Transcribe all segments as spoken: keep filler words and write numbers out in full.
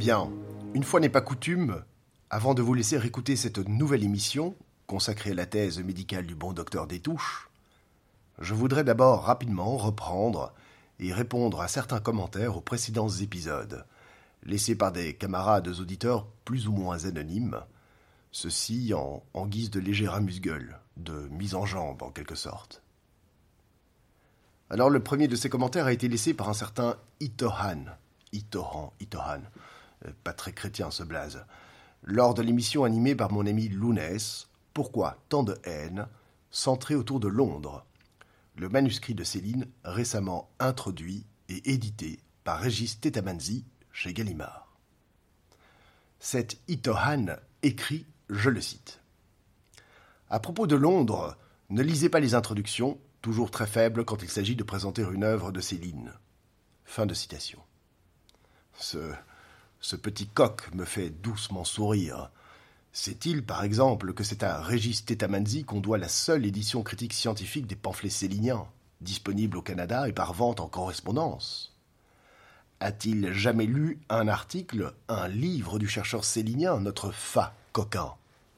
Bien, une fois n'est pas coutume, avant de vous laisser écouter cette nouvelle émission, consacrée à la thèse médicale du bon docteur Détouche, je voudrais d'abord rapidement reprendre et répondre à certains commentaires aux précédents épisodes, laissés par des camarades auditeurs plus ou moins anonymes, ceci en, en guise de léger amuse-gueule, de mise en jambe en quelque sorte. Alors le premier de ces commentaires a été laissé par un certain Itohan, Itohan, Itohan, euh, pas très chrétien ce blaze, lors de l'émission animée par mon ami Lounès, Pourquoi tant de haine, centrée autour de Londres, le manuscrit de Céline récemment introduit et édité par Régis Tetamanzi chez Gallimard. Cet Itohan écrit, je le cite, « À propos de Londres, ne lisez pas les introductions, toujours très faibles quand il s'agit de présenter une œuvre de Céline. » Fin de citation. Ce, ce petit coq me fait doucement sourire. Sait-il, par exemple, que c'est à Régis Tetamanzi qu'on doit la seule édition critique scientifique des pamphlets céliniens, disponible au Canada et par vente en correspondance? A-t-il jamais lu un article, un livre du chercheur célinien, notre fa coquin?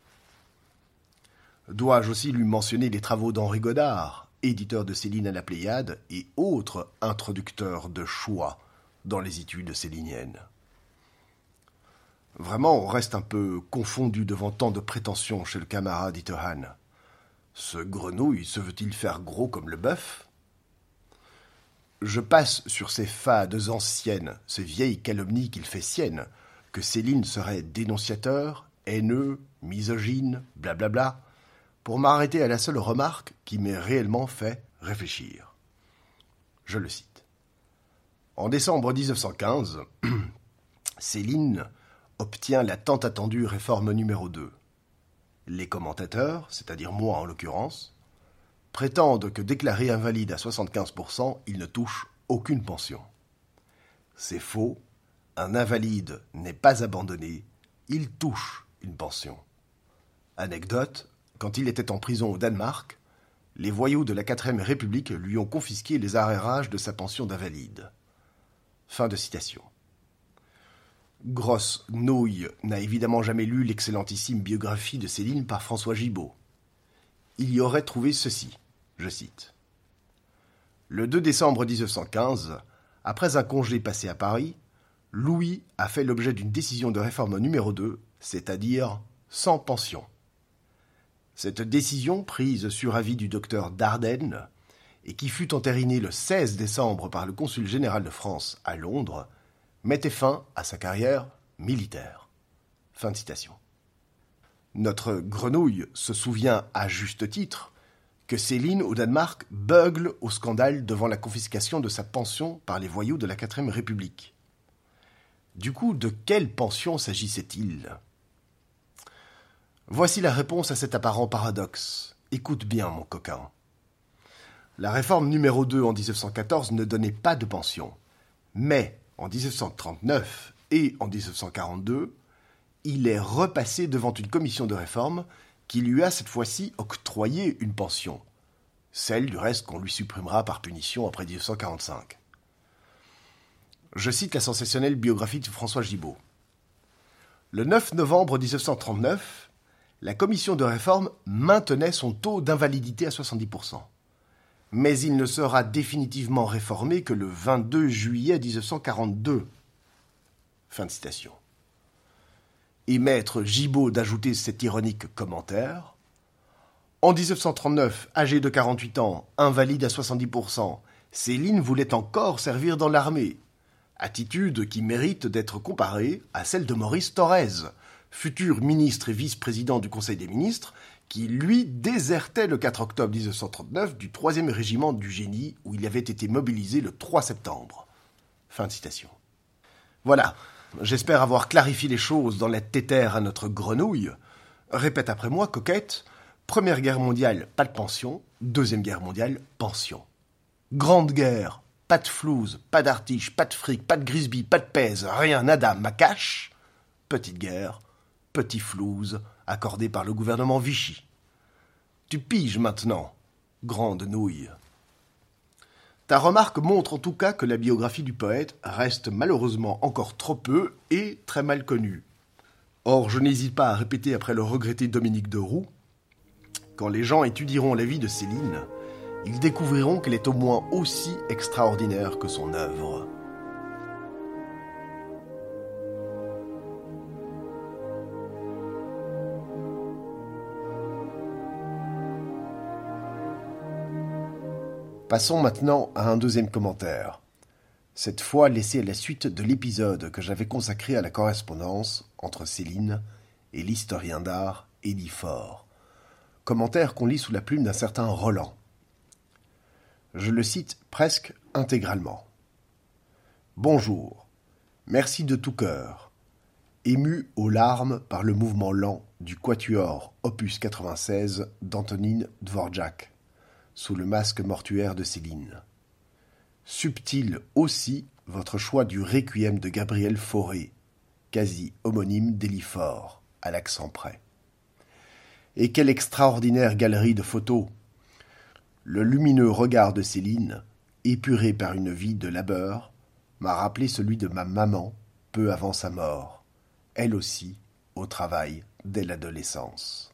Dois-je aussi lui mentionner les travaux d'Henri Godard, éditeur de Céline à la Pléiade et autre introducteur de choix dans les études céliniennes? Vraiment, on reste un peu confondu devant tant de prétentions chez le camarade Itohan. Ce grenouille se veut-il faire gros comme le bœuf? Je passe sur ces fades anciennes, ces vieilles calomnies qu'il fait siennes, que Céline serait dénonciateur, haineux, misogyne, blablabla, pour m'arrêter à la seule remarque qui m'est réellement fait réfléchir. Je le cite. En décembre dix-neuf cent quinze, Céline obtient la tant attendue réforme numéro deux. Les commentateurs, c'est-à-dire moi en l'occurrence, prétendent que déclaré invalide à soixante-quinze pour cent, il ne touche aucune pension. C'est faux, un invalide n'est pas abandonné, il touche une pension. Anecdote, quand il était en prison au Danemark, les voyous de la quatrième République lui ont confisqué les arrérages de sa pension d'invalide. Fin de citation. Grosse nouille n'a évidemment jamais lu l'excellentissime biographie de Céline par François Gibault. Il y aurait trouvé ceci, je cite. « Le deux décembre dix-neuf cent quinze, après un congé passé à Paris, Louis a fait l'objet d'une décision de réforme numéro deux, c'est-à-dire sans pension. Cette décision, prise sur avis du docteur Dardenne, et qui fut entérinée le seize décembre par le consul général de France à Londres, mettait fin à sa carrière militaire. » Fin de citation. Notre grenouille se souvient à juste titre que Céline, au Danemark, beugle au scandale devant la confiscation de sa pension par les voyous de la quatrième République. Du coup, de quelle pension s'agissait-il ? Voici la réponse à cet apparent paradoxe. Écoute bien, mon coquin. La réforme numéro deux en dix-neuf cent quatorze ne donnait pas de pension, mais en dix-neuf cent trente-neuf et en dix-neuf cent quarante-deux, il est repassé devant une commission de réforme qui lui a cette fois-ci octroyé une pension, celle du reste qu'on lui supprimera par punition après dix-neuf cent quarante-cinq. Je cite la sensationnelle biographie de François Gibault. Le neuf novembre dix-neuf cent trente-neuf, la commission de réforme maintenait son taux d'invalidité à soixante-dix pour cent. Mais il ne sera définitivement réformé que le vingt-deux juillet dix-neuf cent quarante-deux. Fin de citation. Et maître Gibault d'ajouter cet ironique commentaire. En dix-neuf cent trente-neuf, âgé de quarante-huit ans, invalide à soixante-dix pour cent, Céline voulait encore servir dans l'armée. Attitude qui mérite d'être comparée à celle de Maurice Thorez, futur ministre et vice-président du Conseil des ministres, qui, lui, désertait le quatre octobre dix-neuf cent trente-neuf du troisième régiment du génie où il avait été mobilisé le trois septembre. Fin de citation. Voilà, j'espère avoir clarifié les choses dans la tétère à notre grenouille. Répète après moi, coquette, Première Guerre mondiale, pas de pension. Deuxième Guerre mondiale, pension. Grande Guerre, pas de flouze, pas d'artiche, pas de fric, pas de grisby, pas de pèse, rien, nada, macache. Petite Guerre, petit flouze, accordé par le gouvernement Vichy. Tu piges maintenant, grande nouille. Ta remarque montre en tout cas que la biographie du poète reste malheureusement encore trop peu et très mal connue. Or, je n'hésite pas à répéter après le regretté Dominique de Roux, quand les gens étudieront la vie de Céline, ils découvriront qu'elle est au moins aussi extraordinaire que son œuvre. Passons maintenant à un deuxième commentaire. Cette fois laissé à la suite de l'épisode que j'avais consacré à la correspondance entre Céline et l'historien d'art Élie Faure. Commentaire qu'on lit sous la plume d'un certain Roland. Je le cite presque intégralement. Bonjour, merci de tout cœur. Ému aux larmes par le mouvement lent du quatuor opus quatre-vingt-seize d'Antonine Dvorak, sous le masque mortuaire de Céline. Subtil aussi votre choix du requiem de Gabriel Fauré, quasi homonyme d'Élie Faure, à l'accent près. Et quelle extraordinaire galerie de photos! Le lumineux regard de Céline, épuré par une vie de labeur, m'a rappelé celui de ma maman peu avant sa mort, elle aussi au travail dès l'adolescence.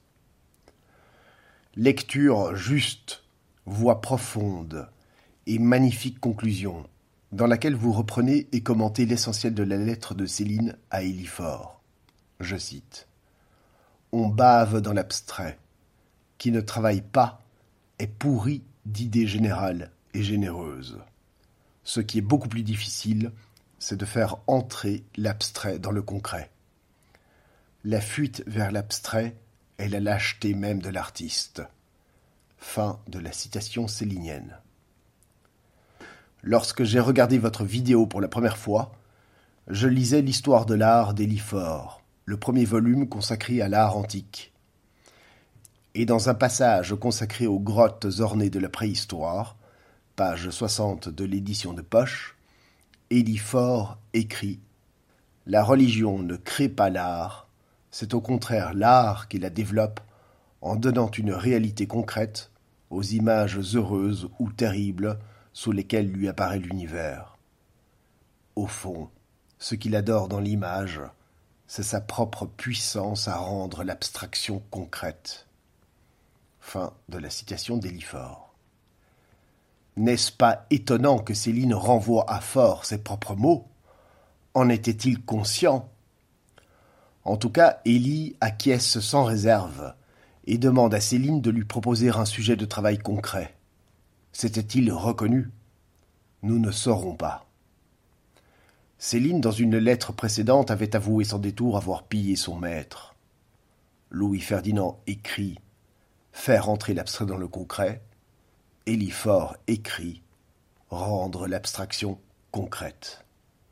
Lecture juste, voix profonde et magnifique conclusion, dans laquelle vous reprenez et commentez l'essentiel de la lettre de Céline à Élie Faure. Je cite. On bave dans l'abstrait. Qui ne travaille pas est pourri d'idées générales et généreuses. Ce qui est beaucoup plus difficile, c'est de faire entrer l'abstrait dans le concret. La fuite vers l'abstrait est la lâcheté même de l'artiste. Fin de la citation célinienne. Lorsque j'ai regardé votre vidéo pour la première fois, je lisais l'histoire de l'art d'Élie Faure, le premier volume consacré à l'art antique. Et dans un passage consacré aux grottes ornées de la préhistoire, page soixante de l'édition de poche, Élie Faure écrit « La religion ne crée pas l'art, c'est au contraire l'art qui la développe en donnant une réalité concrète aux images heureuses ou terribles sous lesquelles lui apparaît l'univers. Au fond, ce qu'il adore dans l'image, c'est sa propre puissance à rendre l'abstraction concrète. » Fin de la citation d'Élie Faure. N'est-ce pas étonnant que Céline renvoie à Faure ses propres mots? En était-il conscient? En tout cas, Élie acquiesce sans réserve et demande à Céline de lui proposer un sujet de travail concret. S'était-il reconnu? Nous ne saurons pas. Céline, dans une lettre précédente, avait avoué sans détour avoir pillé son maître. Louis-Ferdinand écrit « Faire entrer l'abstrait dans le concret ». Élie Faure écrit « Rendre l'abstraction concrète ».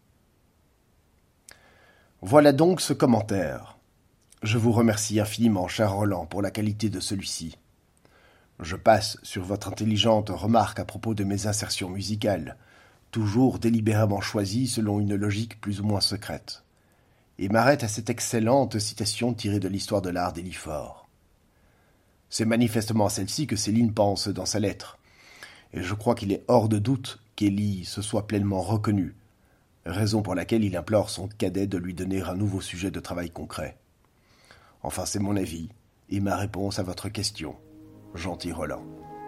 Voilà donc ce commentaire. Je vous remercie infiniment, cher Roland, pour la qualité de celui-ci. Je passe sur votre intelligente remarque à propos de mes insertions musicales, toujours délibérément choisies selon une logique plus ou moins secrète, et m'arrête à cette excellente citation tirée de l'histoire de l'art d'Élie Faure. C'est manifestement à celle-ci que Céline pense dans sa lettre, et je crois qu'il est hors de doute qu'Élie se soit pleinement reconnue, raison pour laquelle il implore son cadet de lui donner un nouveau sujet de travail concret. Enfin, c'est mon avis, et ma réponse à votre question, gentil Roland.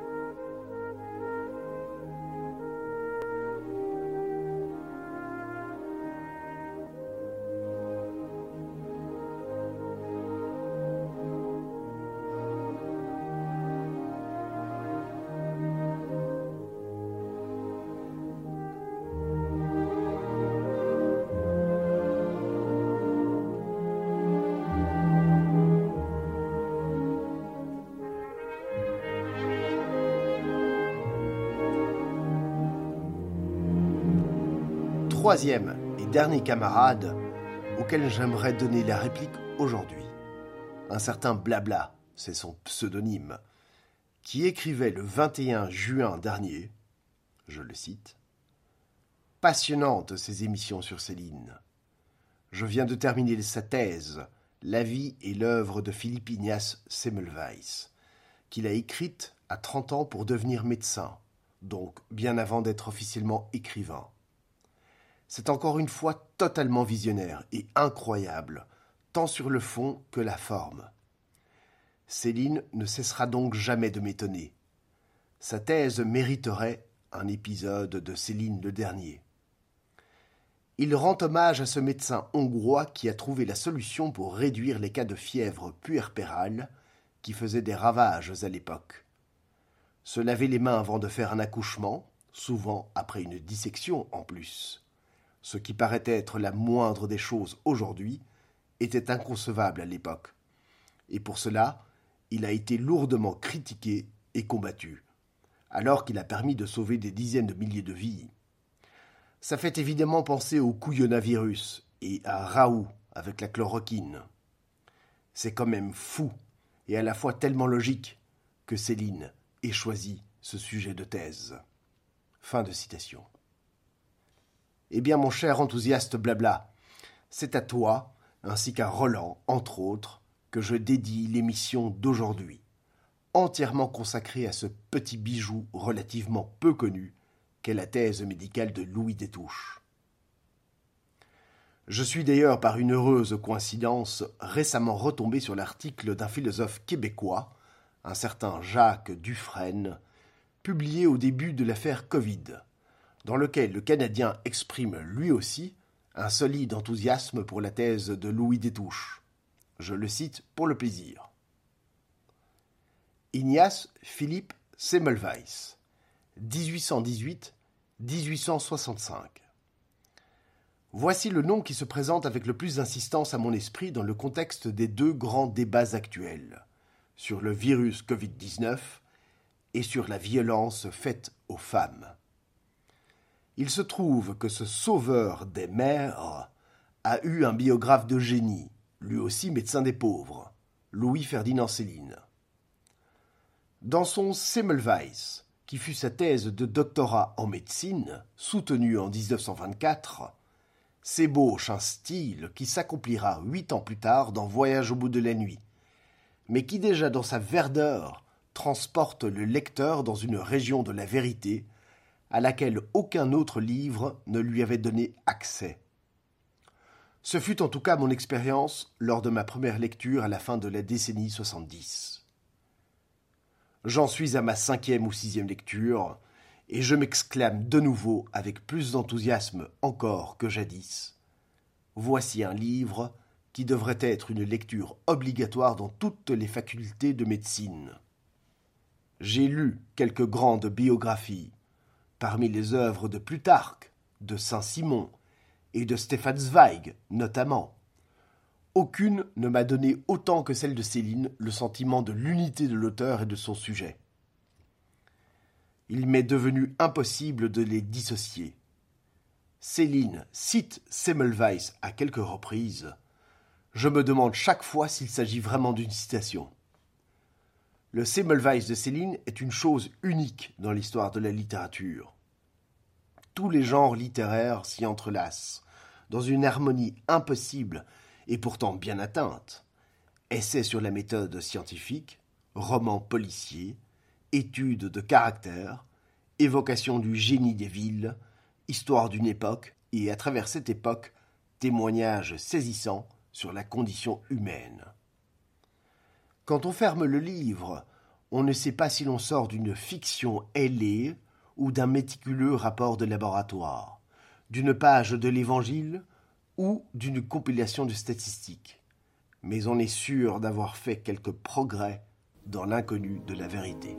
Troisième et dernier camarade auquel j'aimerais donner la réplique aujourd'hui. Un certain Blabla, c'est son pseudonyme, qui écrivait le vingt et un juin dernier, je le cite, « Passionnantes ces émissions sur Céline. Je viens de terminer sa thèse, La vie et l'œuvre de Philippe Ignace Semmelweis, qu'il a écrite à trente ans pour devenir médecin, donc bien avant d'être officiellement écrivain. C'est encore une fois totalement visionnaire et incroyable, tant sur le fond que la forme. Céline ne cessera donc jamais de m'étonner. Sa thèse mériterait un épisode de Céline le Dernier. Il rend hommage à ce médecin hongrois qui a trouvé la solution pour réduire les cas de fièvre puerpérale qui faisaient des ravages à l'époque. Se laver les mains avant de faire un accouchement, souvent après une dissection en plus, ce qui paraît être la moindre des choses aujourd'hui, était inconcevable à l'époque. Et pour cela, il a été lourdement critiqué et combattu, alors qu'il a permis de sauver des dizaines de milliers de vies. Ça fait évidemment penser au couillonavirus et à Raoult avec la chloroquine. C'est quand même fou et à la fois tellement logique que Céline ait choisi ce sujet de thèse. Fin de citation. Eh bien, mon cher enthousiaste blabla, c'est à toi, ainsi qu'à Roland, entre autres, que je dédie l'émission d'aujourd'hui, entièrement consacrée à ce petit bijou relativement peu connu qu'est la thèse médicale de Louis Destouches. Je suis d'ailleurs, par une heureuse coïncidence, récemment retombé sur l'article d'un philosophe québécois, un certain Jacques Dufresne, publié au début de l'affaire Covid, dans lequel le Canadien exprime lui aussi un solide enthousiasme pour la thèse de Louis Destouches. Je le cite pour le plaisir. Ignace Philippe Semmelweis, dix-huit cent dix-huit à dix-huit cent soixante-cinq. Voici le nom qui se présente avec le plus d'insistance à mon esprit dans le contexte des deux grands débats actuels, sur le virus covid dix-neuf et sur la violence faite aux femmes. Il se trouve que ce sauveur des mères a eu un biographe de génie, lui aussi médecin des pauvres, Louis-Ferdinand Céline. Dans son Semmelweis, qui fut sa thèse de doctorat en médecine, soutenue en dix-neuf cent vingt-quatre, s'ébauche un style qui s'accomplira huit ans plus tard dans Voyage au bout de la nuit, mais qui déjà dans sa verdeur transporte le lecteur dans une région de la vérité à laquelle aucun autre livre ne lui avait donné accès. Ce fut en tout cas mon expérience lors de ma première lecture à la fin de la décennie soixante-dix. J'en suis à ma cinquième ou sixième lecture, et je m'exclame de nouveau avec plus d'enthousiasme encore que jadis. Voici un livre qui devrait être une lecture obligatoire dans toutes les facultés de médecine. J'ai lu quelques grandes biographies, parmi les œuvres de Plutarque, de Saint-Simon et de Stefan Zweig notamment. Aucune ne m'a donné autant que celle de Céline le sentiment de l'unité de l'auteur et de son sujet. Il m'est devenu impossible de les dissocier. Céline cite Semmelweis à quelques reprises. Je me demande chaque fois s'il s'agit vraiment d'une citation. Le Semmelweis de Céline est une chose unique dans l'histoire de la littérature. Tous les genres littéraires s'y entrelacent, dans une harmonie impossible et pourtant bien atteinte. Essais sur la méthode scientifique, romans policiers, études de caractère, évocation du génie des villes, histoire d'une époque et, à travers cette époque, témoignages saisissants sur la condition humaine. Quand on ferme le livre, on ne sait pas si l'on sort d'une fiction ailée ou d'un méticuleux rapport de laboratoire, d'une page de l'Évangile ou d'une compilation de statistiques. Mais on est sûr d'avoir fait quelques progrès dans l'inconnu de la vérité.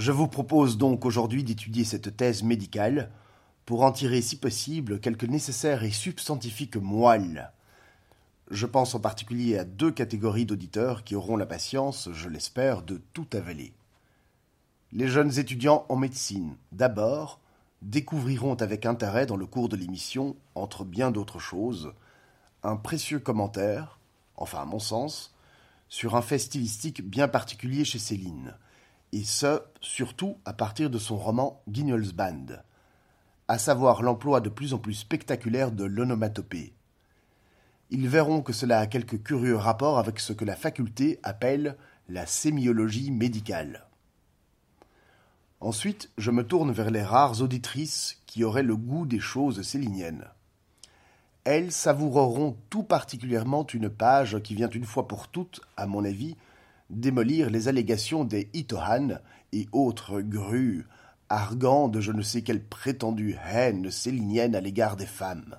Je vous propose donc aujourd'hui d'étudier cette thèse médicale pour en tirer, si possible, quelques nécessaires et substantifiques moelles. Je pense en particulier à deux catégories d'auditeurs qui auront la patience, je l'espère, de tout avaler. Les jeunes étudiants en médecine, d'abord, découvriront avec intérêt dans le cours de l'émission, entre bien d'autres choses, un précieux commentaire, enfin à mon sens, sur un fait stylistique bien particulier chez Céline, et ce, surtout à partir de son roman Guignol's Band, à savoir l'emploi de plus en plus spectaculaire de l'onomatopée. Ils verront que cela a quelques curieux rapports avec ce que la faculté appelle la sémiologie médicale. Ensuite, je me tourne vers les rares auditrices qui auraient le goût des choses céliniennes. Elles savoureront tout particulièrement une page qui vient une fois pour toutes, à mon avis, démolir les allégations des Itohan et autres grues, arguant de je ne sais quelle prétendue haine célinienne à l'égard des femmes.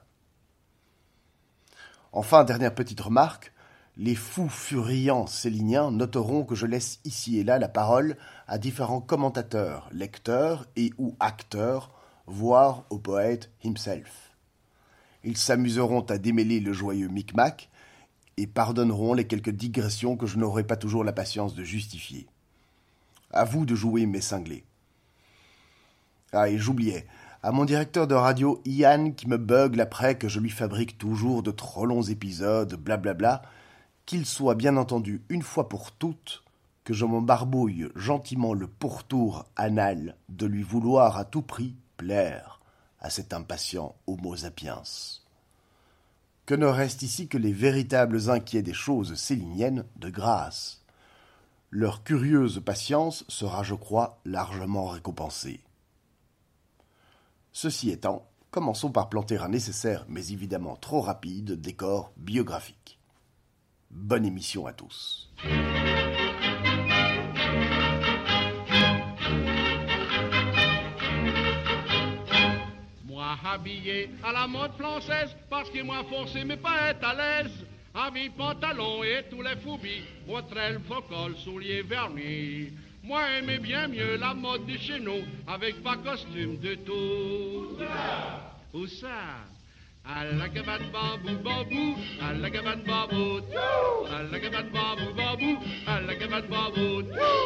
Enfin, dernière petite remarque, les fous furiants céliniens noteront que je laisse ici et là la parole à différents commentateurs, lecteurs et ou acteurs, voire au poète himself. Ils s'amuseront à démêler le joyeux micmac et pardonneront les quelques digressions que je n'aurai pas toujours la patience de justifier. À vous de jouer, mes cinglés. Ah, et j'oubliais, à mon directeur de radio, Ian, qui me bugle après que je lui fabrique toujours de trop longs épisodes, blablabla, qu'il soit bien entendu une fois pour toutes que je m'en barbouille gentiment le pourtour anal de lui vouloir à tout prix plaire à cet impatient Homo sapiens. Que ne reste ici que les véritables inquiets des choses céliniennes de grâce. Leur curieuse patience sera, je crois, largement récompensée. Ceci étant, commençons par planter un nécessaire, mais évidemment trop rapide, décor biographique. Bonne émission à tous. Moi habillé à la mode française, parce qu'il est moins forcé mais pas être à l'aise. Avec pantalon et tous les foubilles, bretelles, faux col, souliers vernis. Moi aimais bien mieux la mode de chez nous, avec pas costume de tout. Où ça? Où ça? À la cabane bambou bambou, à la cabane bambou, à la cabane bambou bambou, à la cabane bambou.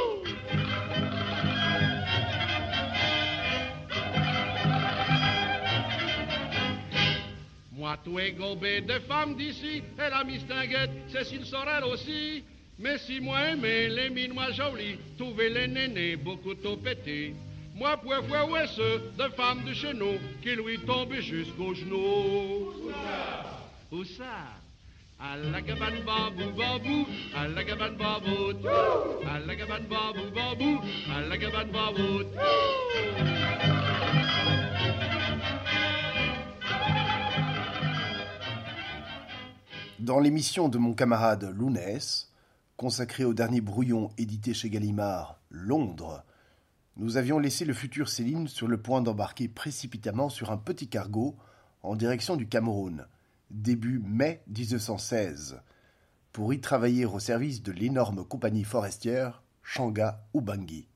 Moi tout est gobé de femmes d'ici, et la mistinguette, Cécile Sorel aussi. Mais si moi aimais les minois jolies, trouver les nénés beaucoup trop pétés. Moi, pour voir où est ce de femmes de chez nous qui lui tombent jusqu'aux genoux. Où ça? Où ça? À la cabane bambou bambou, à la cabane bambou, à la cabane bambou bambou, à la cabane bambou. Dans l'émission de mon camarade Lounès, consacrée au dernier brouillon édité chez Gallimard, Londres, nous avions laissé le futur Céline sur le point d'embarquer précipitamment sur un petit cargo en direction du Cameroun, début mai dix-neuf cent seize, pour y travailler au service de l'énorme compagnie forestière Shanga Ubangi.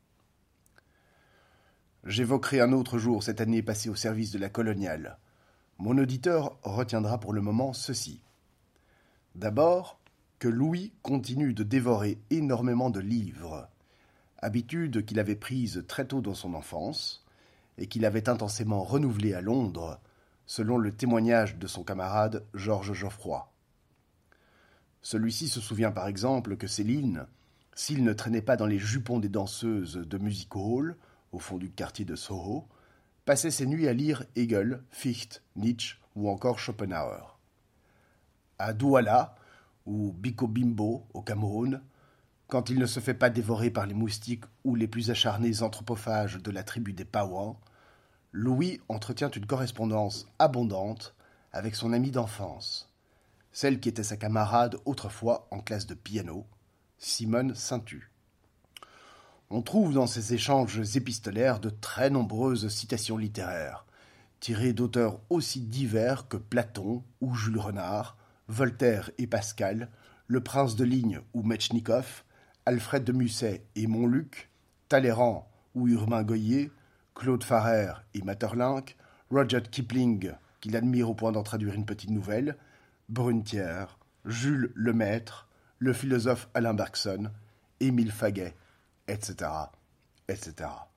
J'évoquerai un autre jour cette année passée au service de la coloniale. Mon auditeur retiendra pour le moment ceci. D'abord, que Louis continue de dévorer énormément de livres, habitude qu'il avait prise très tôt dans son enfance et qu'il avait intensément renouvelée à Londres, selon le témoignage de son camarade Georges Geoffroy. Celui-ci se souvient par exemple que Céline, s'il ne traînait pas dans les jupons des danseuses de music hall, au fond du quartier de Soho, passait ses nuits à lire Hegel, Fichte, Nietzsche ou encore Schopenhauer. À Douala, ou Biko Bimbo, au Cameroun, quand il ne se fait pas dévorer par les moustiques ou les plus acharnés anthropophages de la tribu des Pawans, Louis entretient une correspondance abondante avec son amie d'enfance, celle qui était sa camarade autrefois en classe de piano, Simone Saintu. On trouve dans ces échanges épistolaires de très nombreuses citations littéraires, tirées d'auteurs aussi divers que Platon ou Jules Renard, Voltaire et Pascal, Le Prince de Ligne ou Metchnikoff, Alfred de Musset et Montluc, Talleyrand ou Urbain Goyer, Claude Farrer et Maeterlinck, Rudyard Kipling, qu'il admire au point d'en traduire une petite nouvelle, Brunetière, Jules Lemaître, le philosophe Alain Bergson, Émile Faguet, et cetera, et cetera.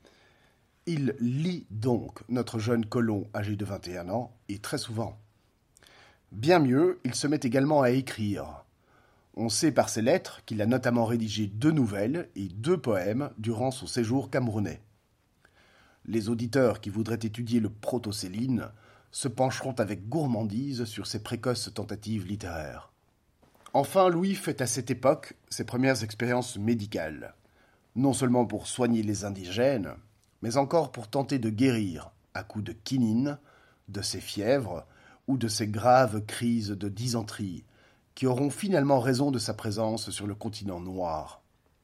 Il lit donc notre jeune colon âgé de vingt et un ans, et très souvent. Bien mieux, il se met également à écrire. On sait par ses lettres qu'il a notamment rédigé deux nouvelles et deux poèmes durant son séjour camerounais. Les auditeurs qui voudraient étudier le proto-Céline se pencheront avec gourmandise sur ses précoces tentatives littéraires. Enfin, Louis fait à cette époque ses premières expériences médicales, non seulement pour soigner les indigènes, mais encore pour tenter de guérir, à coups de quinine, de ses fièvres ou de ses graves crises de dysenterie, qui auront finalement raison de sa présence sur le continent noir.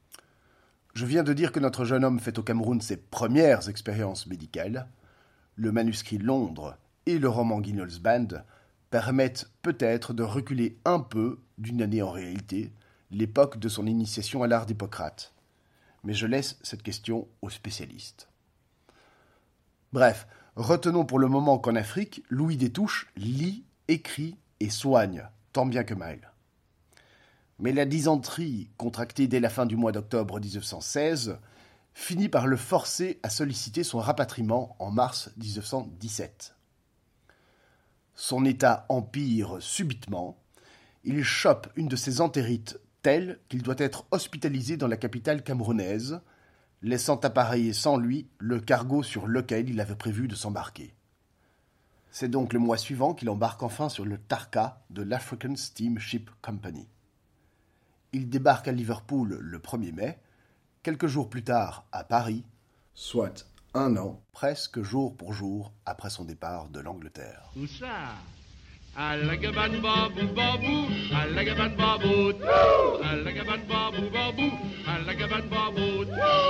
Je viens de dire que notre jeune homme fait au Cameroun ses premières expériences médicales. Le manuscrit Londres et le roman Guignol's Band permettent peut-être de reculer un peu, d'une année en réalité, l'époque de son initiation à l'art d'Hippocrate. Mais je laisse cette question aux spécialistes. Bref, retenons pour le moment qu'en Afrique, Louis Détouche lit, écrit et soigne, tant bien que mal. Mais la dysenterie, contractée dès la fin du mois d'octobre dix-neuf cent seize, finit par le forcer à solliciter son rapatriement en mars dix-neuf cent dix-sept. Son état empire subitement, il chope une de ses entérites telle qu'il doit être hospitalisé dans la capitale camerounaise, laissant appareiller sans lui le cargo sur lequel il avait prévu de s'embarquer. C'est donc le mois suivant qu'il embarque enfin sur le Tarka de l'African Steamship Company. Il débarque à Liverpool le premier mai, quelques jours plus tard à Paris, soit un an, presque jour pour jour, après son départ de l'Angleterre. Où ça? Allagaban babou babou, allagaban babou, allagaban babou babou, allagaban babou.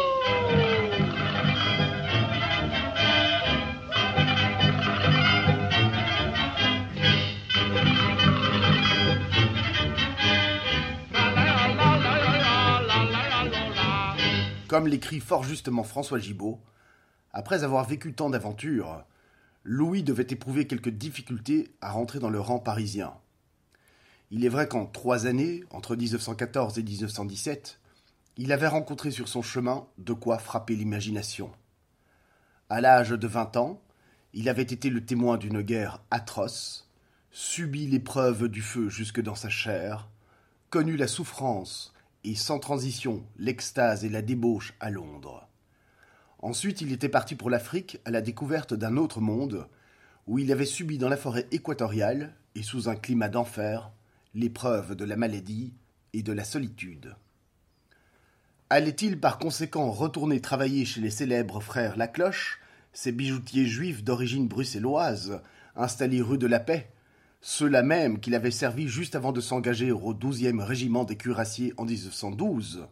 Comme l'écrit fort justement François Gibault, après avoir vécu tant d'aventures, Louis devait éprouver quelques difficultés à rentrer dans le rang parisien. Il est vrai qu'en trois années, entre dix-neuf cent quatorze et dix-neuf cent dix-sept, il avait rencontré sur son chemin de quoi frapper l'imagination. À l'âge de vingt ans, il avait été le témoin d'une guerre atroce, subi l'épreuve du feu jusque dans sa chair, connu la souffrance et sans transition l'extase et la débauche à Londres. Ensuite, il était parti pour l'Afrique à la découverte d'un autre monde, où il avait subi dans la forêt équatoriale, et sous un climat d'enfer, l'épreuve de la maladie et de la solitude. Allait-il par conséquent retourner travailler chez les célèbres frères Lacloche, ces bijoutiers juifs d'origine bruxelloise, installés rue de la Paix, ceux-là même qu'il avait servi juste avant de s'engager au douzième régiment des cuirassiers en dix-neuf cent douze.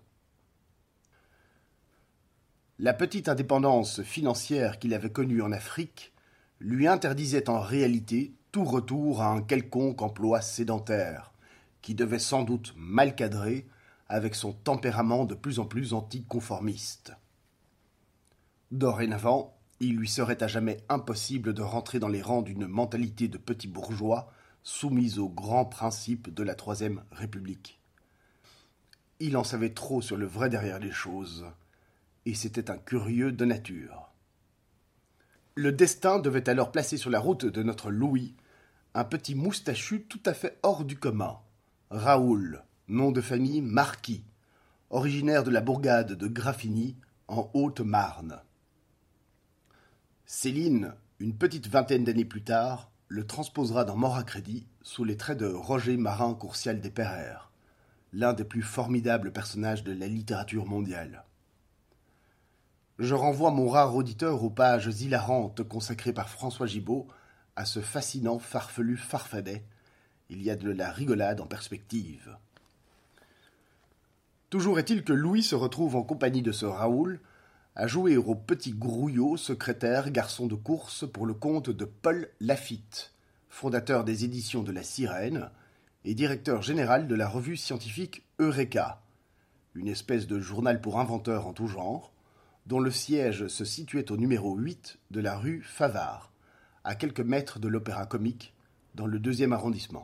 La petite indépendance financière qu'il avait connue en Afrique lui interdisait en réalité tout retour à un quelconque emploi sédentaire, qui devait sans doute mal cadrer avec son tempérament de plus en plus anticonformiste. Dorénavant, il lui serait à jamais impossible de rentrer dans les rangs d'une mentalité de petit bourgeois soumise aux grands principes de la Troisième République. Il en savait trop sur le vrai derrière les choses, et c'était un curieux de nature. Le destin devait alors placer sur la route de notre Louis un petit moustachu tout à fait hors du commun, Raoul, nom de famille Marquis, originaire de la bourgade de Graffigny, en Haute-Marne. Céline, une petite vingtaine d'années plus tard, le transposera dans Mort à crédit sous les traits de Roger Marin-Courcial des Pereire, l'un des plus formidables personnages de la littérature mondiale. Je renvoie mon rare auditeur aux pages hilarantes consacrées par François Gibault à ce fascinant farfelu farfadet. Il y a de la rigolade en perspective. Toujours est-il que Louis se retrouve en compagnie de ce Raoul à jouer au petit Grouillot, secrétaire, garçon de course pour le compte de Paul Lafitte, fondateur des éditions de La Sirène et directeur général de la revue scientifique Eureka, une espèce de journal pour inventeurs en tout genre, dont le siège se situait au numéro huit de la rue Favard, à quelques mètres de l'Opéra-Comique, dans le deuxième arrondissement.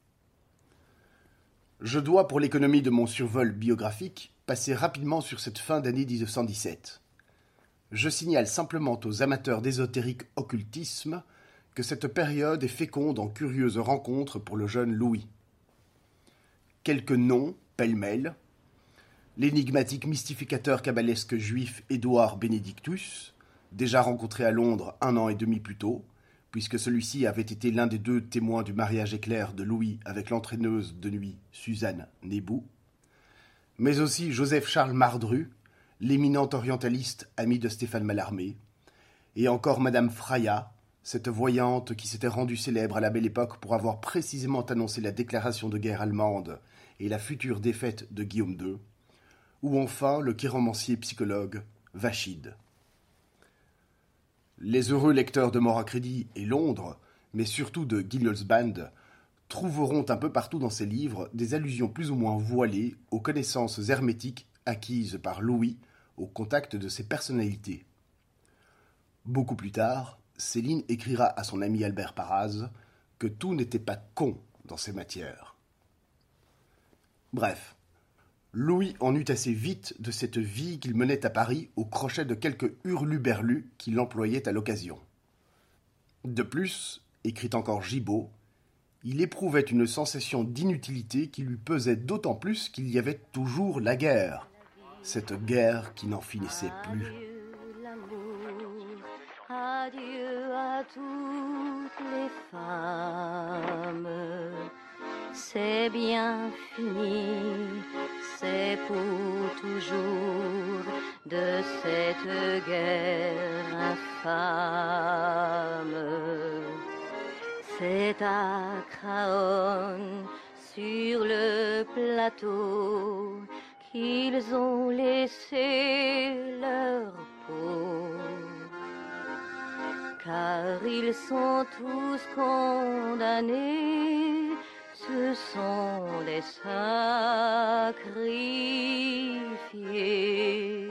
Je dois, pour l'économie de mon survol biographique, passer rapidement sur cette fin d'année dix-neuf cent dix-sept. Je signale simplement aux amateurs d'ésotérique occultisme que cette période est féconde en curieuses rencontres pour le jeune Louis. Quelques noms, pêle-mêle. L'énigmatique mystificateur cabalesque juif Édouard Benedictus, déjà rencontré à Londres un an et demi plus tôt, puisque celui-ci avait été l'un des deux témoins du mariage éclair de Louis avec l'entraîneuse de nuit Suzanne Nébou, mais aussi Joseph-Charles Mardru, l'éminent orientaliste ami de Stéphane Mallarmé, et encore Madame Fraya, cette voyante qui s'était rendue célèbre à la Belle Époque pour avoir précisément annoncé la déclaration de guerre allemande et la future défaite de Guillaume deux, ou enfin le chiromancier psychologue Vachide. Les heureux lecteurs de Mort à Crédit et Londres, mais surtout de Giggles Band, trouveront un peu partout dans ces livres des allusions plus ou moins voilées aux connaissances hermétiques acquises par Louis au contact de ses personnalités. Beaucoup plus tard, Céline écrira à son ami Albert Parraz que tout n'était pas con dans ces matières. Bref, Louis en eut assez vite de cette vie qu'il menait à Paris au crochet de quelques hurluberlus qui l'employaient à l'occasion. De plus, écrit encore Gibault, il éprouvait une sensation d'inutilité qui lui pesait d'autant plus qu'il y avait toujours la guerre, cette guerre qui n'en finissait plus. Adieu à toutes les femmes, c'est bien fini, c'est pour toujours de cette guerre infâme. C'est à Craonne, sur le plateau, qu'ils ont laissé leur peau. Car ils sont tous condamnés, ce sont des sacrifiés.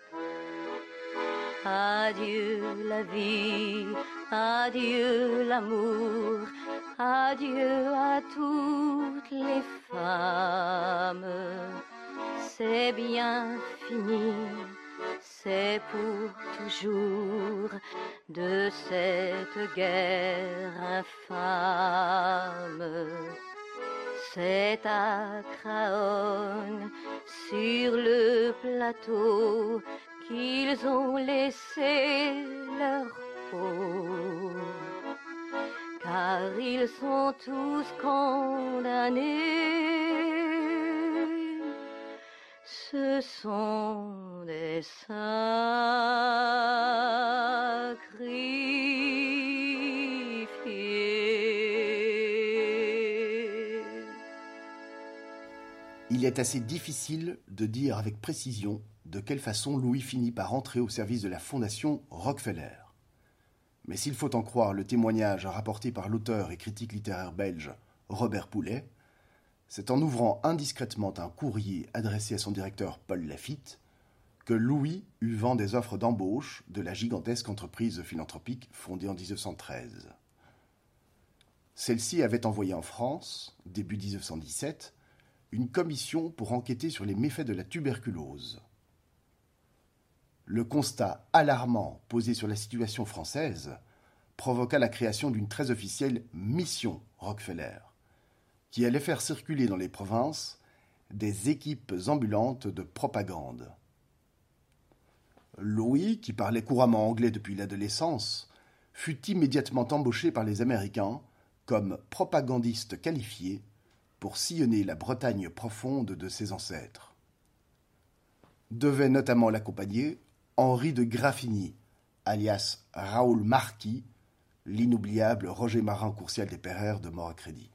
Adieu la vie, adieu l'amour, adieu à toutes les femmes. C'est bien fini, c'est pour toujours de cette guerre infâme. C'est à Craonne, sur le plateau, qu'ils ont laissé leur peau. Car ils sont tous condamnés, ce sont des sacrifiés. Il est assez difficile de dire avec précision de quelle façon Louis finit par entrer au service de la Fondation Rockefeller. Mais s'il faut en croire le témoignage rapporté par l'auteur et critique littéraire belge Robert Poulet, c'est en ouvrant indiscrètement un courrier adressé à son directeur Paul Lafitte que Louis eut vent des offres d'embauche de la gigantesque entreprise philanthropique fondée en dix-neuf cent treize. Celle-ci avait envoyé en France, début dix-neuf cent dix-sept, une commission pour enquêter sur les méfaits de la tuberculose. Le constat alarmant posé sur la situation française provoqua la création d'une très officielle mission Rockefeller, qui allait faire circuler dans les provinces des équipes ambulantes de propagande. Louis, qui parlait couramment anglais depuis l'adolescence, fut immédiatement embauché par les Américains comme propagandiste qualifié pour sillonner la Bretagne profonde de ses ancêtres. Devait notamment l'accompagner Henri de Graffigny, alias Raoul Marquis, l'inoubliable Roger Marin Courcial des Pereire de Mort à Crédit.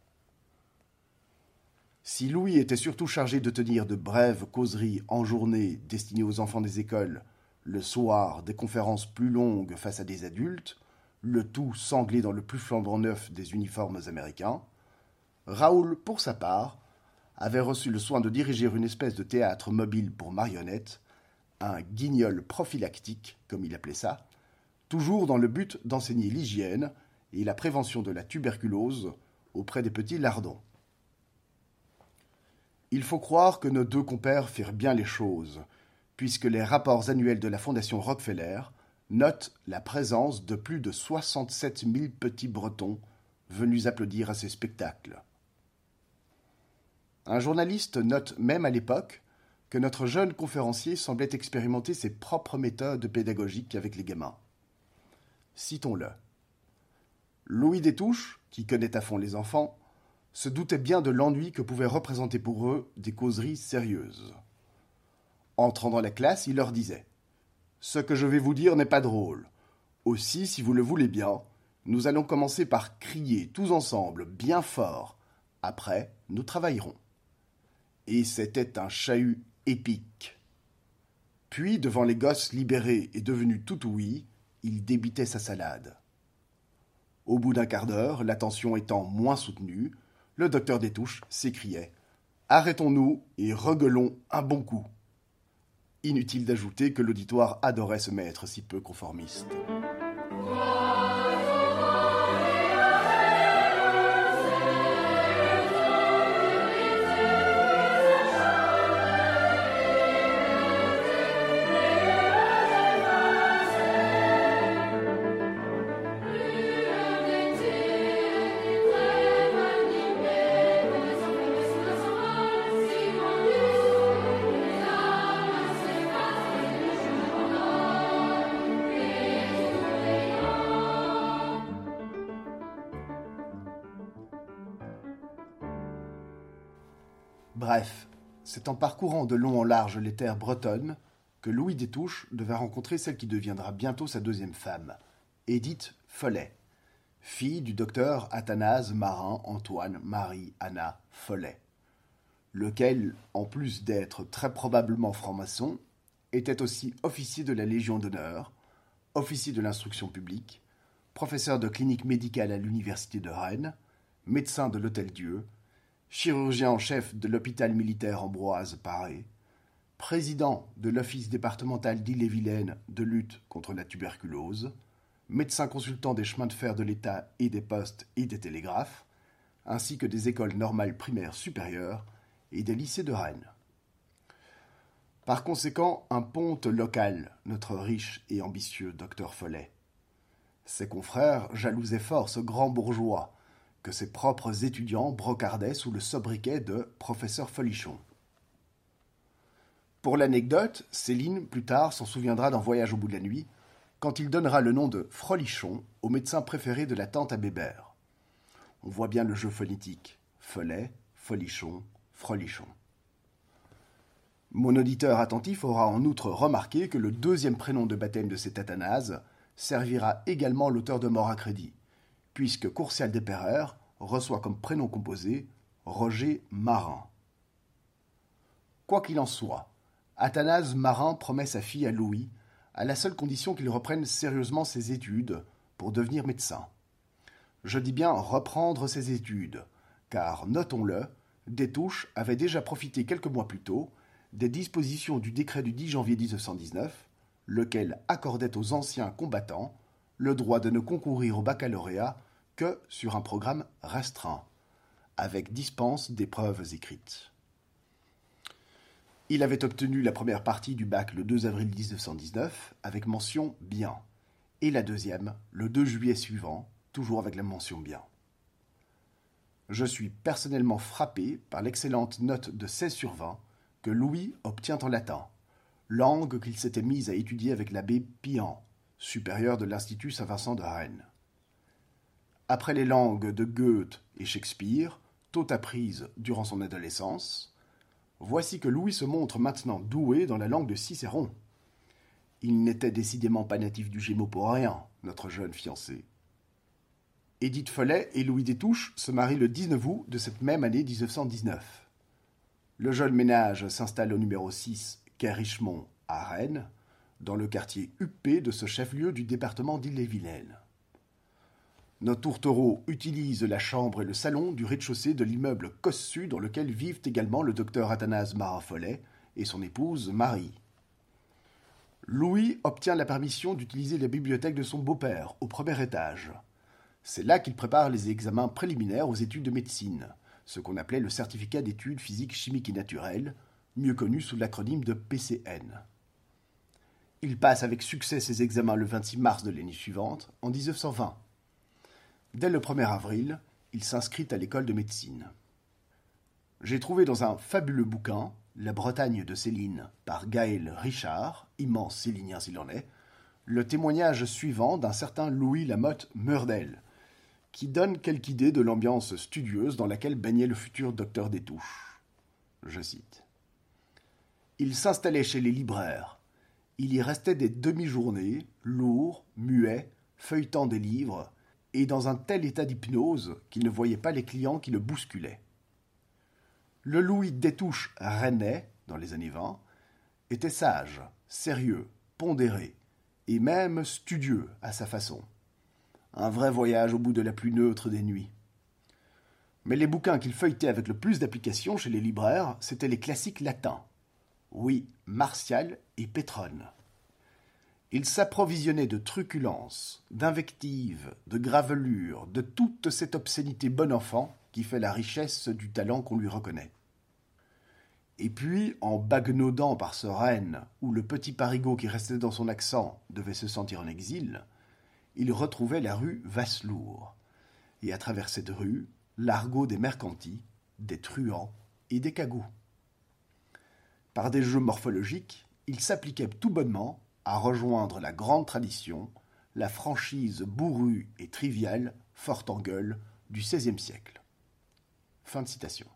Si Louis était surtout chargé de tenir de brèves causeries en journée destinées aux enfants des écoles, le soir des conférences plus longues face à des adultes, le tout sanglé dans le plus flambant neuf des uniformes américains, Raoul, pour sa part, avait reçu le soin de diriger une espèce de théâtre mobile pour marionnettes, un guignol prophylactique, comme il appelait ça, toujours dans le but d'enseigner l'hygiène et la prévention de la tuberculose auprès des petits lardons. Il faut croire que nos deux compères firent bien les choses, puisque les rapports annuels de la Fondation Rockefeller notent la présence de plus de soixante-sept mille petits Bretons venus applaudir à ces spectacles. Un journaliste note même à l'époque que notre jeune conférencier semblait expérimenter ses propres méthodes pédagogiques avec les gamins. Citons-le. Louis Détouche, qui connaît à fond les enfants, se doutait bien de l'ennui que pouvaient représenter pour eux des causeries sérieuses. Entrant dans la classe, il leur disait « Ce que je vais vous dire n'est pas drôle. Aussi, si vous le voulez bien, nous allons commencer par crier tous ensemble, bien fort. Après, nous travaillerons. » Et c'était un chahut épique. Puis, devant les gosses libérés et devenus tout ouïs, il débitait sa salade. Au bout d'un quart d'heure, l'attention étant moins soutenue, le docteur Détouche s'écriait « Arrêtons-nous et regueulons un bon coup !» Inutile d'ajouter que l'auditoire adorait ce maître si peu conformiste. Bref, c'est en parcourant de long en large les terres bretonnes que Louis Détouche devait rencontrer celle qui deviendra bientôt sa deuxième femme, Édith Follet, fille du docteur Athanase Marin Antoine Marie Anna Follet, lequel, en plus d'être très probablement franc-maçon, était aussi officier de la Légion d'honneur, officier de l'instruction publique, professeur de clinique médicale à l'université de Rennes, médecin de l'Hôtel-Dieu, chirurgien en chef de l'hôpital militaire Ambroise Paré, président de l'Office départemental d'Ille-et-Vilaine de lutte contre la tuberculose, médecin consultant des chemins de fer de l'État et des postes et des télégraphes, ainsi que des écoles normales primaires supérieures et des lycées de Rennes. Par conséquent, un ponte local, notre riche et ambitieux docteur Follet. Ses confrères jalousaient fort ce grand bourgeois, que ses propres étudiants brocardaient sous le sobriquet de « professeur Folichon ». Pour l'anecdote, Céline, plus tard, s'en souviendra dans Voyage au bout de la nuit, quand il donnera le nom de Frolichon au médecin préféré de la tante à Bébert. On voit bien le jeu phonétique. Follet, Folichon, Frolichon. Mon auditeur attentif aura en outre remarqué que le deuxième prénom de baptême de cet Athanase servira également l'auteur de Mort à crédit, puisque Courcial Desperrères reçoit comme prénom composé Roger Marin. Quoi qu'il en soit, Athanase Marin promet sa fille à Louis, à la seule condition qu'il reprenne sérieusement ses études pour devenir médecin. Je dis bien reprendre ses études, car, notons-le, Détouche avait déjà profité quelques mois plus tôt des dispositions du décret du dix janvier mille neuf cent dix-neuf, lequel accordait aux anciens combattants le droit de ne concourir au baccalauréat que sur un programme restreint, avec dispense d'épreuves écrites. Il avait obtenu la première partie du bac le deux avril mille neuf cent dix-neuf avec mention « bien » et la deuxième le deux juillet suivant, toujours avec la mention « bien ». Je suis personnellement frappé par l'excellente note de seize sur vingt que Louis obtient en latin, langue qu'il s'était mise à étudier avec l'abbé Pian, supérieur de l'Institut Saint-Vincent de Rennes. Après les langues de Goethe et Shakespeare, tôt apprises durant son adolescence, voici que Louis se montre maintenant doué dans la langue de Cicéron. Il n'était décidément pas natif du Gémeaux pour rien, notre jeune fiancé. Édith Follet et Louis Détouche se marient le dix-neuf août de cette même année mille neuf cent dix-neuf. Le jeune ménage s'installe au numéro six, quai Richemont, à Rennes, dans le quartier huppé de ce chef-lieu du département d'Ille-et-Vilaine. Nos tourtereaux utilisent la chambre et le salon du rez-de-chaussée de l'immeuble Cossu dans lequel vivent également le docteur Athanase Marin Follet et son épouse Marie. Louis obtient la permission d'utiliser la bibliothèque de son beau-père, au premier étage. C'est là qu'il prépare les examens préliminaires aux études de médecine, ce qu'on appelait le certificat d'études physiques, chimiques et naturelles, mieux connu sous l'acronyme de P C N. Il passe avec succès ses examens le vingt-six mars de l'année suivante, en dix-neuf cent vingt. Dès le premier avril, il s'inscrit à l'école de médecine. J'ai trouvé dans un fabuleux bouquin, La Bretagne de Céline, par Gaël Richard, immense célinien s'il en est, le témoignage suivant d'un certain Louis Lamotte Meurdel, qui donne quelque idée de l'ambiance studieuse dans laquelle baignait le futur docteur Destouches. Je cite. « Il s'installait chez les libraires. Il y restait des demi-journées, lourd, muet, feuilletant des livres, et dans un tel état d'hypnose qu'il ne voyait pas les clients qui le bousculaient. Le Louis Destouches rennais, dans les années vingt, était sage, sérieux, pondéré, et même studieux à sa façon. Un vrai voyage au bout de la plus neutre des nuits. Mais les bouquins qu'il feuilletait avec le plus d'application chez les libraires, c'étaient les classiques latins. Oui, Martial et Pétrone. Il s'approvisionnait de truculence, d'invectives, de gravelures, de toute cette obscénité bon enfant qui fait la richesse du talent qu'on lui reconnaît. Et puis, en bagnaudant par ce Rennes, où le petit parigot qui restait dans son accent devait se sentir en exil, il retrouvait la rue Vasselour, et à travers cette rue, l'argot des mercantis, des truands et des cagoux. Par des jeux morphologiques, il s'appliquait tout bonnement à rejoindre la grande tradition, la franchise bourrue et triviale, forte en gueule, du seizième siècle. Fin de citation.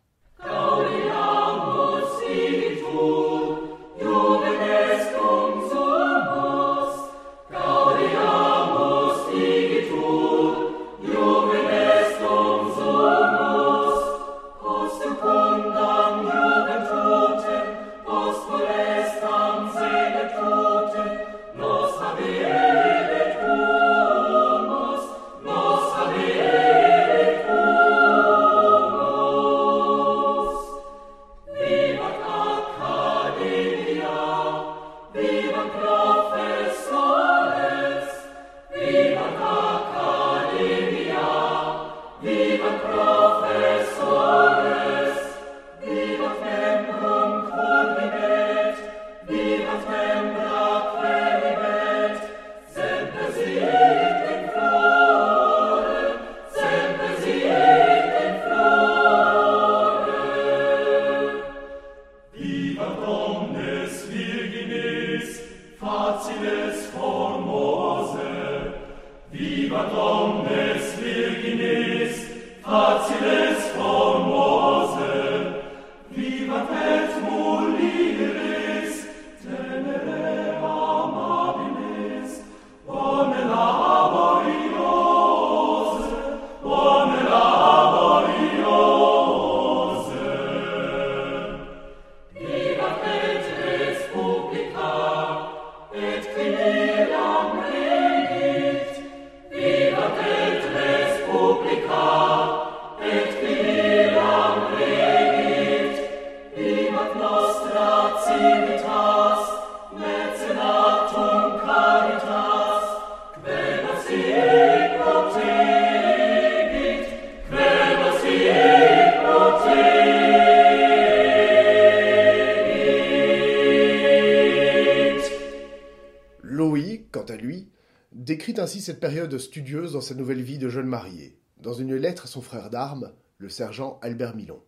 Décrit ainsi cette période studieuse dans sa nouvelle vie de jeune marié, dans une lettre à son frère d'armes, le sergent Albert Milon.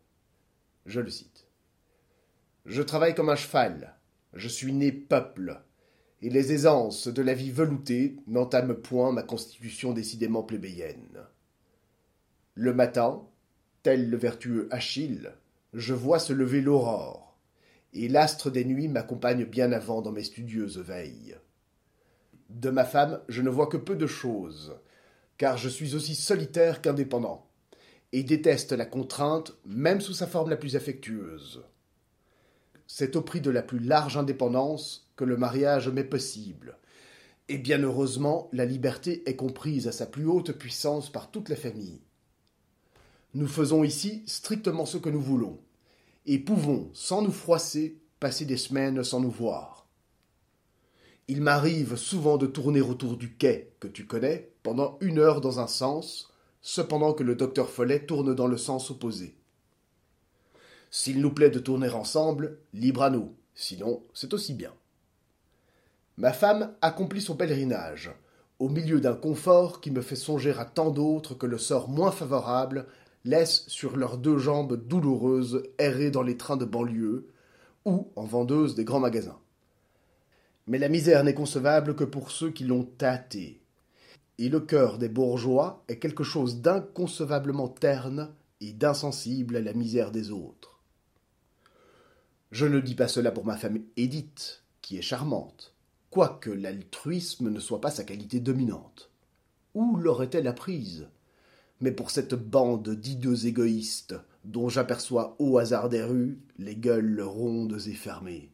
Je le cite. « Je travaille comme un cheval, je suis né peuple, et les aisances de la vie veloutée n'entament point ma constitution décidément plébéienne. Le matin, tel le vertueux Achille, je vois se lever l'aurore, et l'astre des nuits m'accompagne bien avant dans mes studieuses veilles. De ma femme, je ne vois que peu de choses, car je suis aussi solitaire qu'indépendant, et déteste la contrainte, même sous sa forme la plus affectueuse. C'est au prix de la plus large indépendance que le mariage m'est possible, et bien heureusement, la liberté est comprise à sa plus haute puissance par toute la famille. Nous faisons ici strictement ce que nous voulons, et pouvons, sans nous froisser, passer des semaines sans nous voir. Il m'arrive souvent de tourner autour du quai, que tu connais, pendant une heure dans un sens, cependant que le docteur Follet tourne dans le sens opposé. S'il nous plaît de tourner ensemble, libre à nous, sinon c'est aussi bien. Ma femme accomplit son pèlerinage, au milieu d'un confort qui me fait songer à tant d'autres que le sort moins favorable laisse sur leurs deux jambes douloureuses errer dans les trains de banlieue ou en vendeuse des grands magasins. Mais la misère n'est concevable que pour ceux qui l'ont tâtée. Et le cœur des bourgeois est quelque chose d'inconcevablement terne et d'insensible à la misère des autres. Je ne dis pas cela pour ma femme Édith, qui est charmante, quoique l'altruisme ne soit pas sa qualité dominante. Où l'aurait-elle apprise ? Mais pour cette bande d'hideux égoïstes, dont j'aperçois au hasard des rues les gueules rondes et fermées.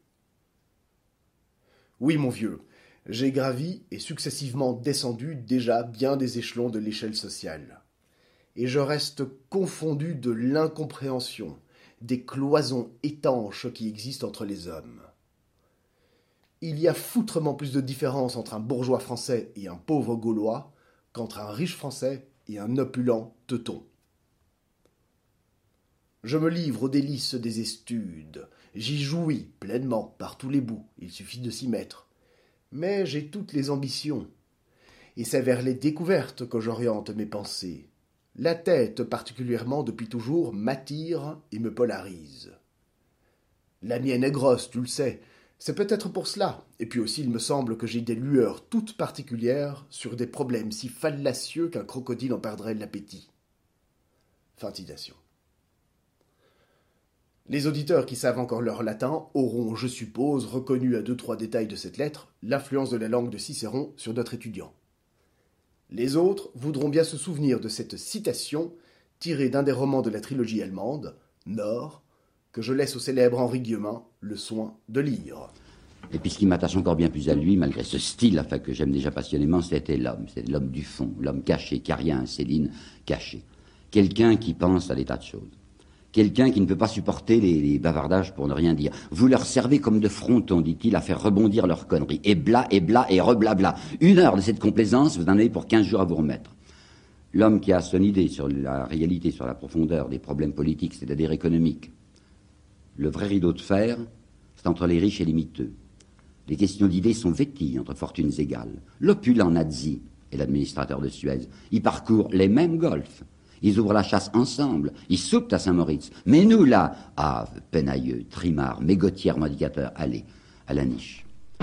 Oui, mon vieux, j'ai gravi et successivement descendu déjà bien des échelons de l'échelle sociale. Et je reste confondu de l'incompréhension, des cloisons étanches qui existent entre les hommes. Il y a foutrement plus de différence entre un bourgeois français et un pauvre Gaulois qu'entre un riche français et un opulent teuton. Je me livre aux délices des études. J'y jouis pleinement par tous les bouts, il suffit de s'y mettre. Mais j'ai toutes les ambitions, et c'est vers les découvertes que j'oriente mes pensées. La tête, particulièrement depuis toujours, m'attire et me polarise. La mienne est grosse, tu le sais, c'est peut-être pour cela, et puis aussi il me semble que j'ai des lueurs toutes particulières sur des problèmes si fallacieux qu'un crocodile en perdrait l'appétit. Fin de citation. Les auditeurs qui savent encore leur latin auront, je suppose, reconnu à deux trois détails de cette lettre l'influence de la langue de Cicéron sur notre étudiant. Les autres voudront bien se souvenir de cette citation tirée d'un des romans de la trilogie allemande, Nord, que je laisse au célèbre Henri Guillemin le soin de lire. Et puis ce qui m'attache encore bien plus à lui, malgré ce style enfin, que j'aime déjà passionnément, c'était l'homme. C'était l'homme du fond, l'homme caché, qui a rien, Céline, caché. Quelqu'un qui pense à des tas de choses. Quelqu'un qui ne peut pas supporter les, les bavardages pour ne rien dire. Vous leur servez comme de frontons, dit-il, à faire rebondir leurs conneries. Et bla, et bla, et reblabla. Une heure de cette complaisance, vous en avez pour quinze jours à vous remettre. L'homme qui a son idée sur la réalité, sur la profondeur des problèmes politiques, c'est-à-dire économiques. Le vrai rideau de fer, c'est entre les riches et les miteux. Les questions d'idées sont vêties entre fortunes égales. L'opulent nazi et l'administrateur de Suez, ils parcourent les mêmes golfs. Ils ouvrent la chasse ensemble, ils soupent à Saint-Moritz. Mais nous, là, ah, Penailleux, Trimard, Mégotière, Modicateur, allez, à la niche.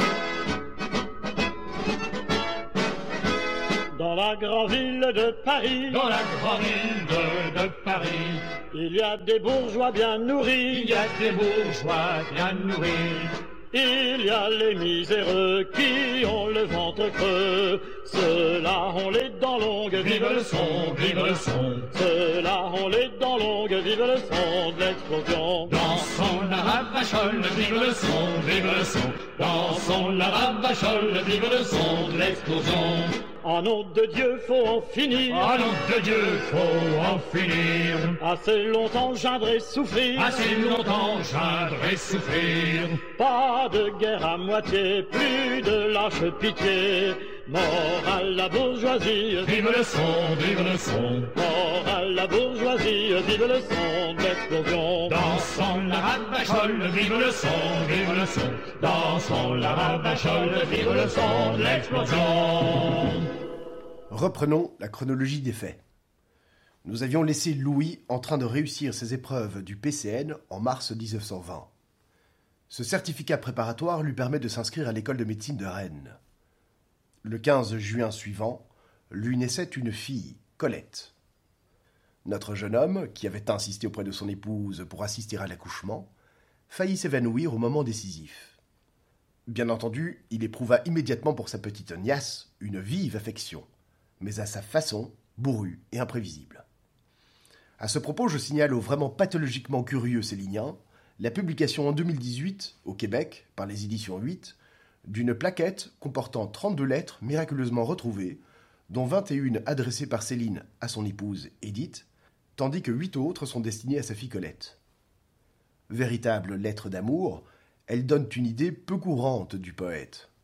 Dans la grande ville de Paris, dans la grande ville de, de Paris, il y a des bourgeois bien nourris, il y a des bourgeois bien nourris. Il y a les miséreux qui ont le ventre creux, ceux-là ont les dents longues, vive le son, vive le son. Ceux-là ont les dents longues, vive le son de l'explosion. Dansons la ravachole, vive le son, vive le son. Dansons la ravachole, vive le son de l'explosion. En nom de Dieu, faut en finir. En nom de Dieu, faut en finir. Assez longtemps geindre et souffrir. Assez longtemps geindre et souffrir. Pas de guerre à moitié, plus de lâche pitié. Mort à la bourgeoisie, vive le son, vive le son. Mort à la bourgeoisie, vive le son de l'explosion. Dansons la ravachole, vive le son, vive le son. Dansons la ravachole, vive le son de l'explosion. Reprenons la chronologie des faits. Nous avions laissé Louis en train de réussir ses épreuves du P C N en mars dix-neuf cent vingt. Ce certificat préparatoire lui permet de s'inscrire à l'école de médecine de Rennes. Le quinze juin suivant, lui naissait une fille, Colette. Notre jeune homme, qui avait insisté auprès de son épouse pour assister à l'accouchement, faillit s'évanouir au moment décisif. Bien entendu, il éprouva immédiatement pour sa petite niace une vive affection, mais à sa façon, bourrue et imprévisible. À ce propos, je signale au vraiment pathologiquement curieux Célinien la publication en deux mille dix-huit, au Québec, par les éditions huit, d'une plaquette comportant trente-deux lettres miraculeusement retrouvées, dont vingt et une adressées par Céline à son épouse Édith, tandis que huit autres sont destinées à sa fille Colette. Véritables lettres d'amour, elles donnent une idée peu courante du poète.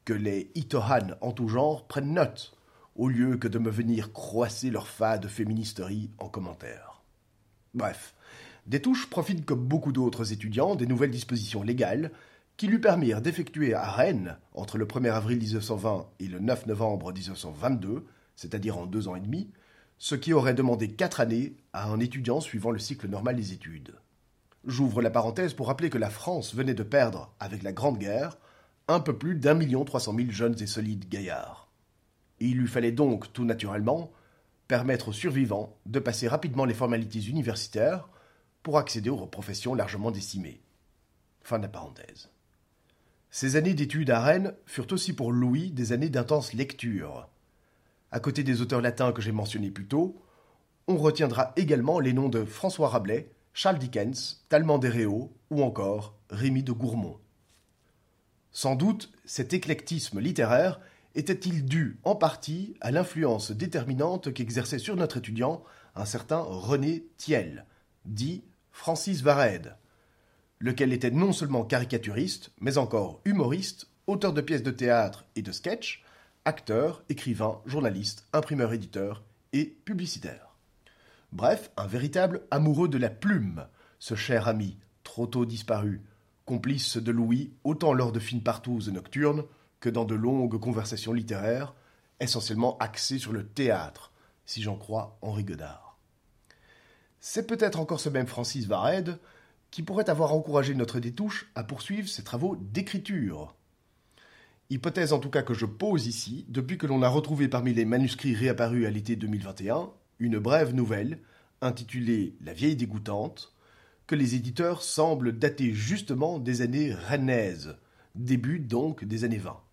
que les Itohan en tout genre prennent note, au lieu que de me venir croisser leur fade féministerie en commentaire. Bref, Destouches profite comme beaucoup d'autres étudiants des nouvelles dispositions légales qui lui permirent d'effectuer à Rennes, entre le premier avril dix-neuf cent vingt et le neuf novembre dix-neuf cent vingt-deux, c'est-à-dire en deux ans et demi, ce qui aurait demandé quatre années à un étudiant suivant le cycle normal des études. J'ouvre la parenthèse pour rappeler que la France venait de perdre, avec la Grande Guerre, un peu plus d'un million trois cent mille jeunes et solides gaillards. Et il lui fallait donc, tout naturellement, permettre aux survivants de passer rapidement les formalités universitaires pour accéder aux professions largement décimées. Fin de la parenthèse. Ces années d'études à Rennes furent aussi pour Louis des années d'intense lecture. À côté des auteurs latins que j'ai mentionnés plus tôt, on retiendra également les noms de François Rabelais, Charles Dickens, Talleyrand d'Héréau ou encore Rémy de Gourmont. Sans doute, cet éclectisme littéraire était-il dû en partie à l'influence déterminante qu'exerçait sur notre étudiant un certain René Thiel, dit Francis Varède, lequel était non seulement caricaturiste, mais encore humoriste, auteur de pièces de théâtre et de sketchs, acteur, écrivain, journaliste, imprimeur-éditeur et publicitaire. Bref, un véritable amoureux de la plume, ce cher ami, trop tôt disparu, complice de Louis autant lors de fines partouzes nocturnes que dans de longues conversations littéraires, essentiellement axées sur le théâtre, si j'en crois Henri Godard. C'est peut-être encore ce même Francis Varède qui pourrait avoir encouragé notre Destouches à poursuivre ses travaux d'écriture. Hypothèse en tout cas que je pose ici, depuis que l'on a retrouvé parmi les manuscrits réapparus à l'été deux mille vingt et un, une brève nouvelle, intitulée « La vieille dégoûtante », que les éditeurs semblent dater justement des années rennaises, début donc des années vingt.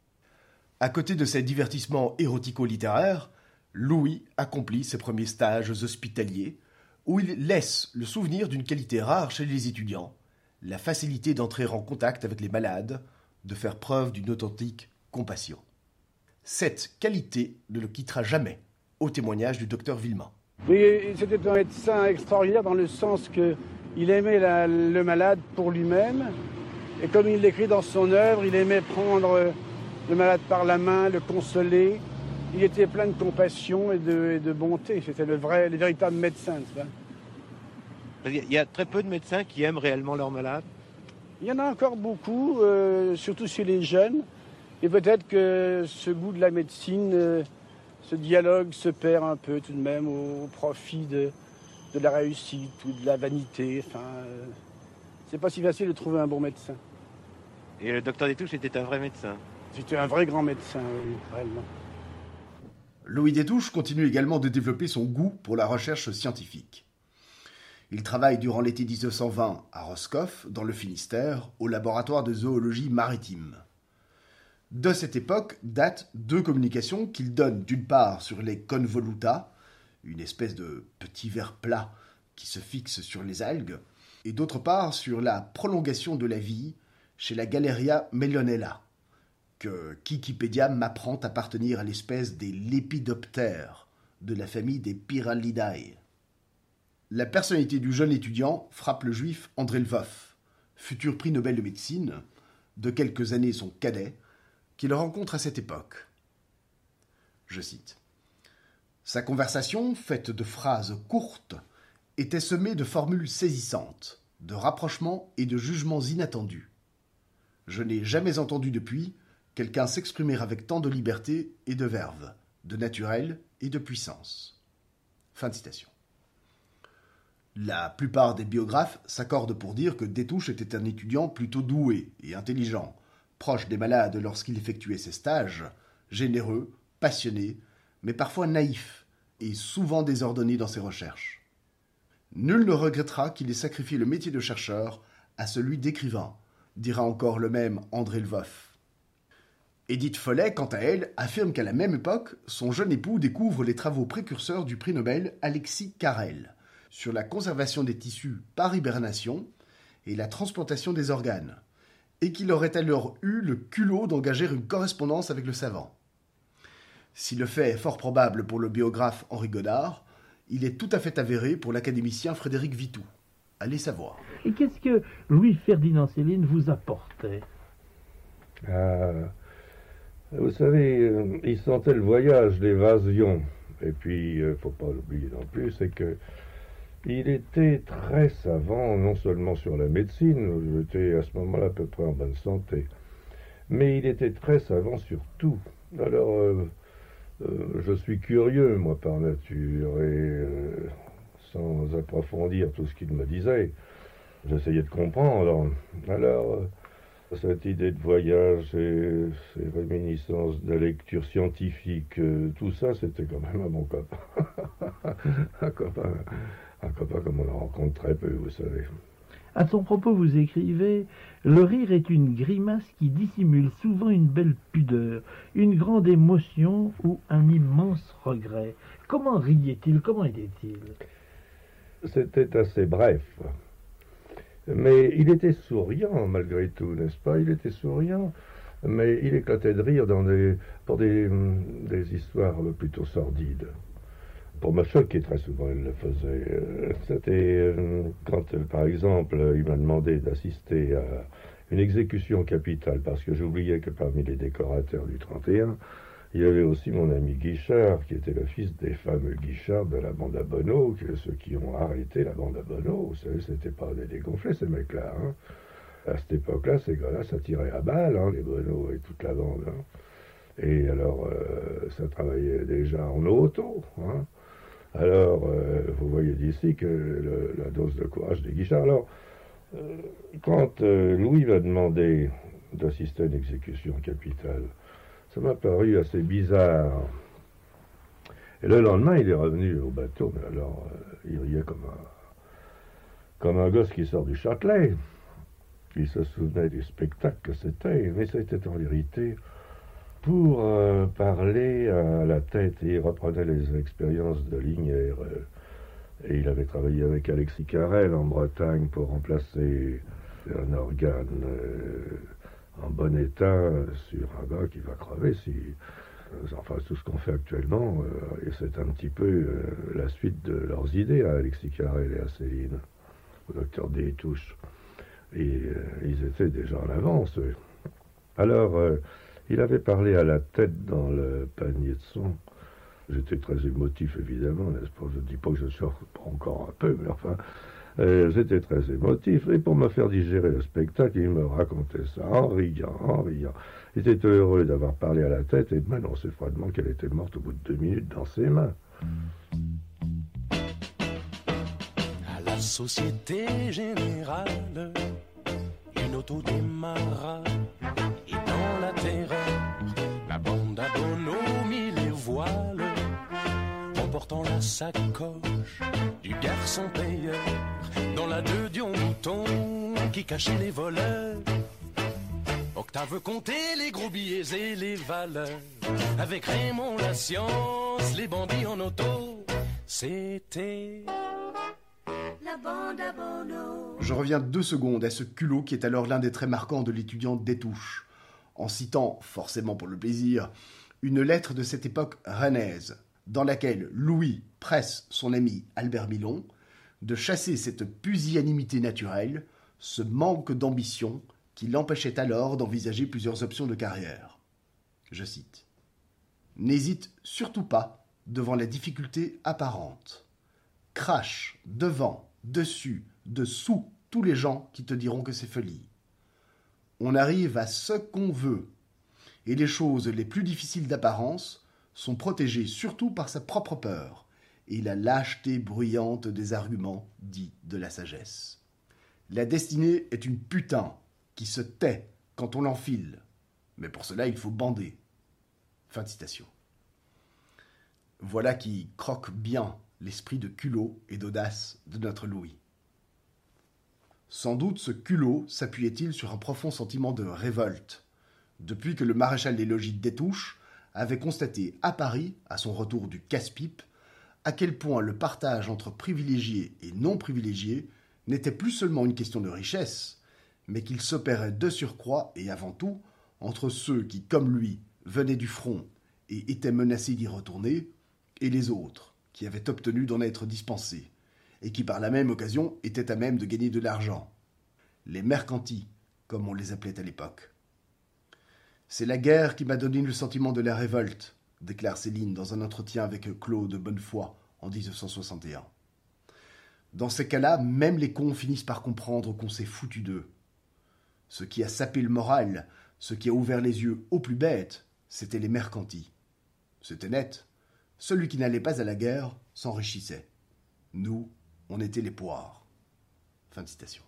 À côté de ces divertissements érotico-littéraires, Louis accomplit ses premiers stages hospitaliers, où il laisse le souvenir d'une qualité rare chez les étudiants, la facilité d'entrer en contact avec les malades, de faire preuve d'une authentique compassion. Cette qualité ne le quittera jamais, au témoignage du docteur Villemain. Oui, c'était un médecin extraordinaire dans le sens qu'il aimait la, le malade pour lui-même, et comme il l'écrit dans son œuvre, il aimait prendre le malade par la main, le consoler. Il était plein de compassion et de, et de bonté. C'était le vrai, le véritable médecin. Il y a très peu de médecins qui aiment réellement leurs malades. Il y en a encore beaucoup, euh, surtout chez les jeunes. Et peut-être que ce goût de la médecine, euh, ce dialogue se perd un peu tout de même au, au profit de, de la réussite ou de la vanité. Enfin, euh, c'est pas si facile de trouver un bon médecin. Et le docteur Destouches était un vrai médecin. C'était un vrai grand médecin, oui, réellement. Louis Destouches continue également de développer son goût pour la recherche scientifique. Il travaille durant l'été dix-neuf cent vingt à Roscoff, dans le Finistère, au laboratoire de zoologie maritime. De cette époque datent deux communications qu'il donne d'une part sur les convoluta, une espèce de petit ver plat qui se fixe sur les algues, et d'autre part sur la prolongation de la vie chez la Galeria mellonella, que Wikipédia m'apprend appartenir à l'espèce des lépidoptères, de la famille des Pyralidae. La personnalité du jeune étudiant frappe le juif André Lvov, futur prix Nobel de médecine, de quelques années son cadet, qui le rencontre à cette époque. Je cite. « Sa conversation, faite de phrases courtes, était semée de formules saisissantes, de rapprochements et de jugements inattendus. Je n'ai jamais entendu depuis quelqu'un s'exprimer avec tant de liberté et de verve, de naturel et de puissance. » Fin de citation. La plupart des biographes s'accordent pour dire que Destouches était un étudiant plutôt doué et intelligent, proche des malades lorsqu'il effectuait ses stages, généreux, passionné, mais parfois naïf et souvent désordonné dans ses recherches. Nul ne regrettera qu'il ait sacrifié le métier de chercheur à celui d'écrivain, dira encore le même André Lvov. Édith Follet, quant à elle, affirme qu'à la même époque, son jeune époux découvre les travaux précurseurs du prix Nobel Alexis Carrel sur la conservation des tissus par hibernation et la transplantation des organes, et qu'il aurait alors eu le culot d'engager une correspondance avec le savant. Si le fait est fort probable pour le biographe Henri Godard, il est tout à fait avéré pour l'académicien Frédéric Vitou. Allez savoir. Et qu'est-ce que Louis-Ferdinand Céline vous apportait ? euh, Vous savez, euh, il sentait le voyage, l'évasion. Et puis, euh, faut pas l'oublier non plus, c'est que il était très savant, non seulement sur la médecine, j'étais à ce moment-là à peu près en bonne santé, mais il était très savant sur tout. Alors, euh, euh, je suis curieux, moi, par nature, et euh, sans approfondir tout ce qu'il me disait, j'essayais de comprendre. Alors, euh, cette idée de voyage, ces, ces réminiscences de lecture scientifique, euh, tout ça, c'était quand même un bon copain. un copain. Un copain comme on en rencontre très peu, vous savez. À son propos, vous écrivez « Le rire est une grimace qui dissimule souvent une belle pudeur, une grande émotion ou un immense regret. » Comment riait-il? Comment était-il? C'était assez bref. Mais il était souriant, malgré tout, n'est-ce pas? Il était souriant, mais il éclatait de rire dans des, pour des, des histoires plutôt sordides. Pour me choquer, très souvent, il le faisait. C'était quand, par exemple, il m'a demandé d'assister à une exécution capitale, parce que j'oubliais que parmi les décorateurs du trente et un, il y avait aussi mon ami Guichard, qui était le fils des fameux Guichard de la bande à Bonneau, ceux qui ont arrêté la bande à Bonneau. Vous savez, c'était pas des dégonflés, ces mecs-là. Hein. À cette époque-là, ces gars-là, ça tirait à balles, hein, les Bonneau et toute la bande. Hein. Et alors, euh, ça travaillait déjà en auto, hein. Alors, euh, vous voyez d'ici que le, la dose de courage des Guichards. Alors, euh, quand euh, Louis m'a demandé d'assister à une exécution capitale, ça m'a paru assez bizarre. Et le lendemain, il est revenu au bateau, mais alors, euh, il riait comme un, comme un gosse qui sort du Châtelet. Il se souvenait du spectacle que c'était, mais c'était en vérité pour euh, parler à la tête, et il reprenait les expériences de Lignières. Euh, et il avait travaillé avec Alexis Carrel en Bretagne pour remplacer un organe euh, en bon état sur un gars qui va crever si... Euh, enfin, tout ce qu'on fait actuellement, euh, et c'est un petit peu euh, la suite de leurs idées à Alexis Carrel et à Céline, au docteur Détouche. Et euh, ils étaient déjà en avance. Eux. Alors... Euh, il avait parlé à la tête dans le panier de son. J'étais très émotif, évidemment, n'est-ce pas? Je ne dis pas que je sors encore un peu, mais enfin, euh, j'étais très émotif. Et pour me faire digérer le spectacle, il me racontait ça en riant, en riant. Il était heureux d'avoir parlé à la tête et de m'annoncer froidement qu'elle était morte au bout de deux minutes dans ses mains. À la Société Générale, une auto démarra. Et dans la terreur, la bande à Bonneau mit les voiles, emportant la sacoche du garçon payeur, dans la deux Dion Mouton qui cachait les voleurs. Octave comptait les gros billets et les valeurs, avec Raymond la science, les bandits en auto, c'était... la bande à Bonneau. Je reviens deux secondes à ce culot qui est alors l'un des traits marquants de l'étudiant Détouche, en citant, forcément pour le plaisir, une lettre de cette époque rennaise, dans laquelle Louis presse son ami Albert Milon de chasser cette pusillanimité naturelle, ce manque d'ambition qui l'empêchait alors d'envisager plusieurs options de carrière. Je cite. « N'hésite surtout pas devant la difficulté apparente. Crache devant, dessus, dessous tous les gens qui te diront que c'est folie. On arrive à ce qu'on veut, et les choses les plus difficiles d'apparence sont protégées surtout par sa propre peur et la lâcheté bruyante des arguments dits de la sagesse. La destinée est une putain qui se tait quand on l'enfile, mais pour cela il faut bander. » Fin de citation. Voilà qui croque bien l'esprit de culot et d'audace de notre Louis. Sans doute ce culot s'appuyait-il sur un profond sentiment de révolte, depuis que le maréchal des logis Détouche avait constaté à Paris, à son retour du casse-pipe, à quel point le partage entre privilégiés et non privilégiés n'était plus seulement une question de richesse, mais qu'il s'opérait de surcroît et avant tout entre ceux qui, comme lui, venaient du front et étaient menacés d'y retourner, et les autres, qui avaient obtenu d'en être dispensés, et qui par la même occasion étaient à même de gagner de l'argent. Les mercantis, comme on les appelait à l'époque. C'est la guerre qui m'a donné le sentiment de la révolte, déclare Céline dans un entretien avec Claude Bonnefoy en dix-neuf cent soixante et un. Dans ces cas-là, même les cons finissent par comprendre qu'on s'est foutu d'eux. Ce qui a sapé le moral, ce qui a ouvert les yeux aux plus bêtes, c'était les mercantis. C'était net. Celui qui n'allait pas à la guerre s'enrichissait. Nous, on était les poires. Fin de citation.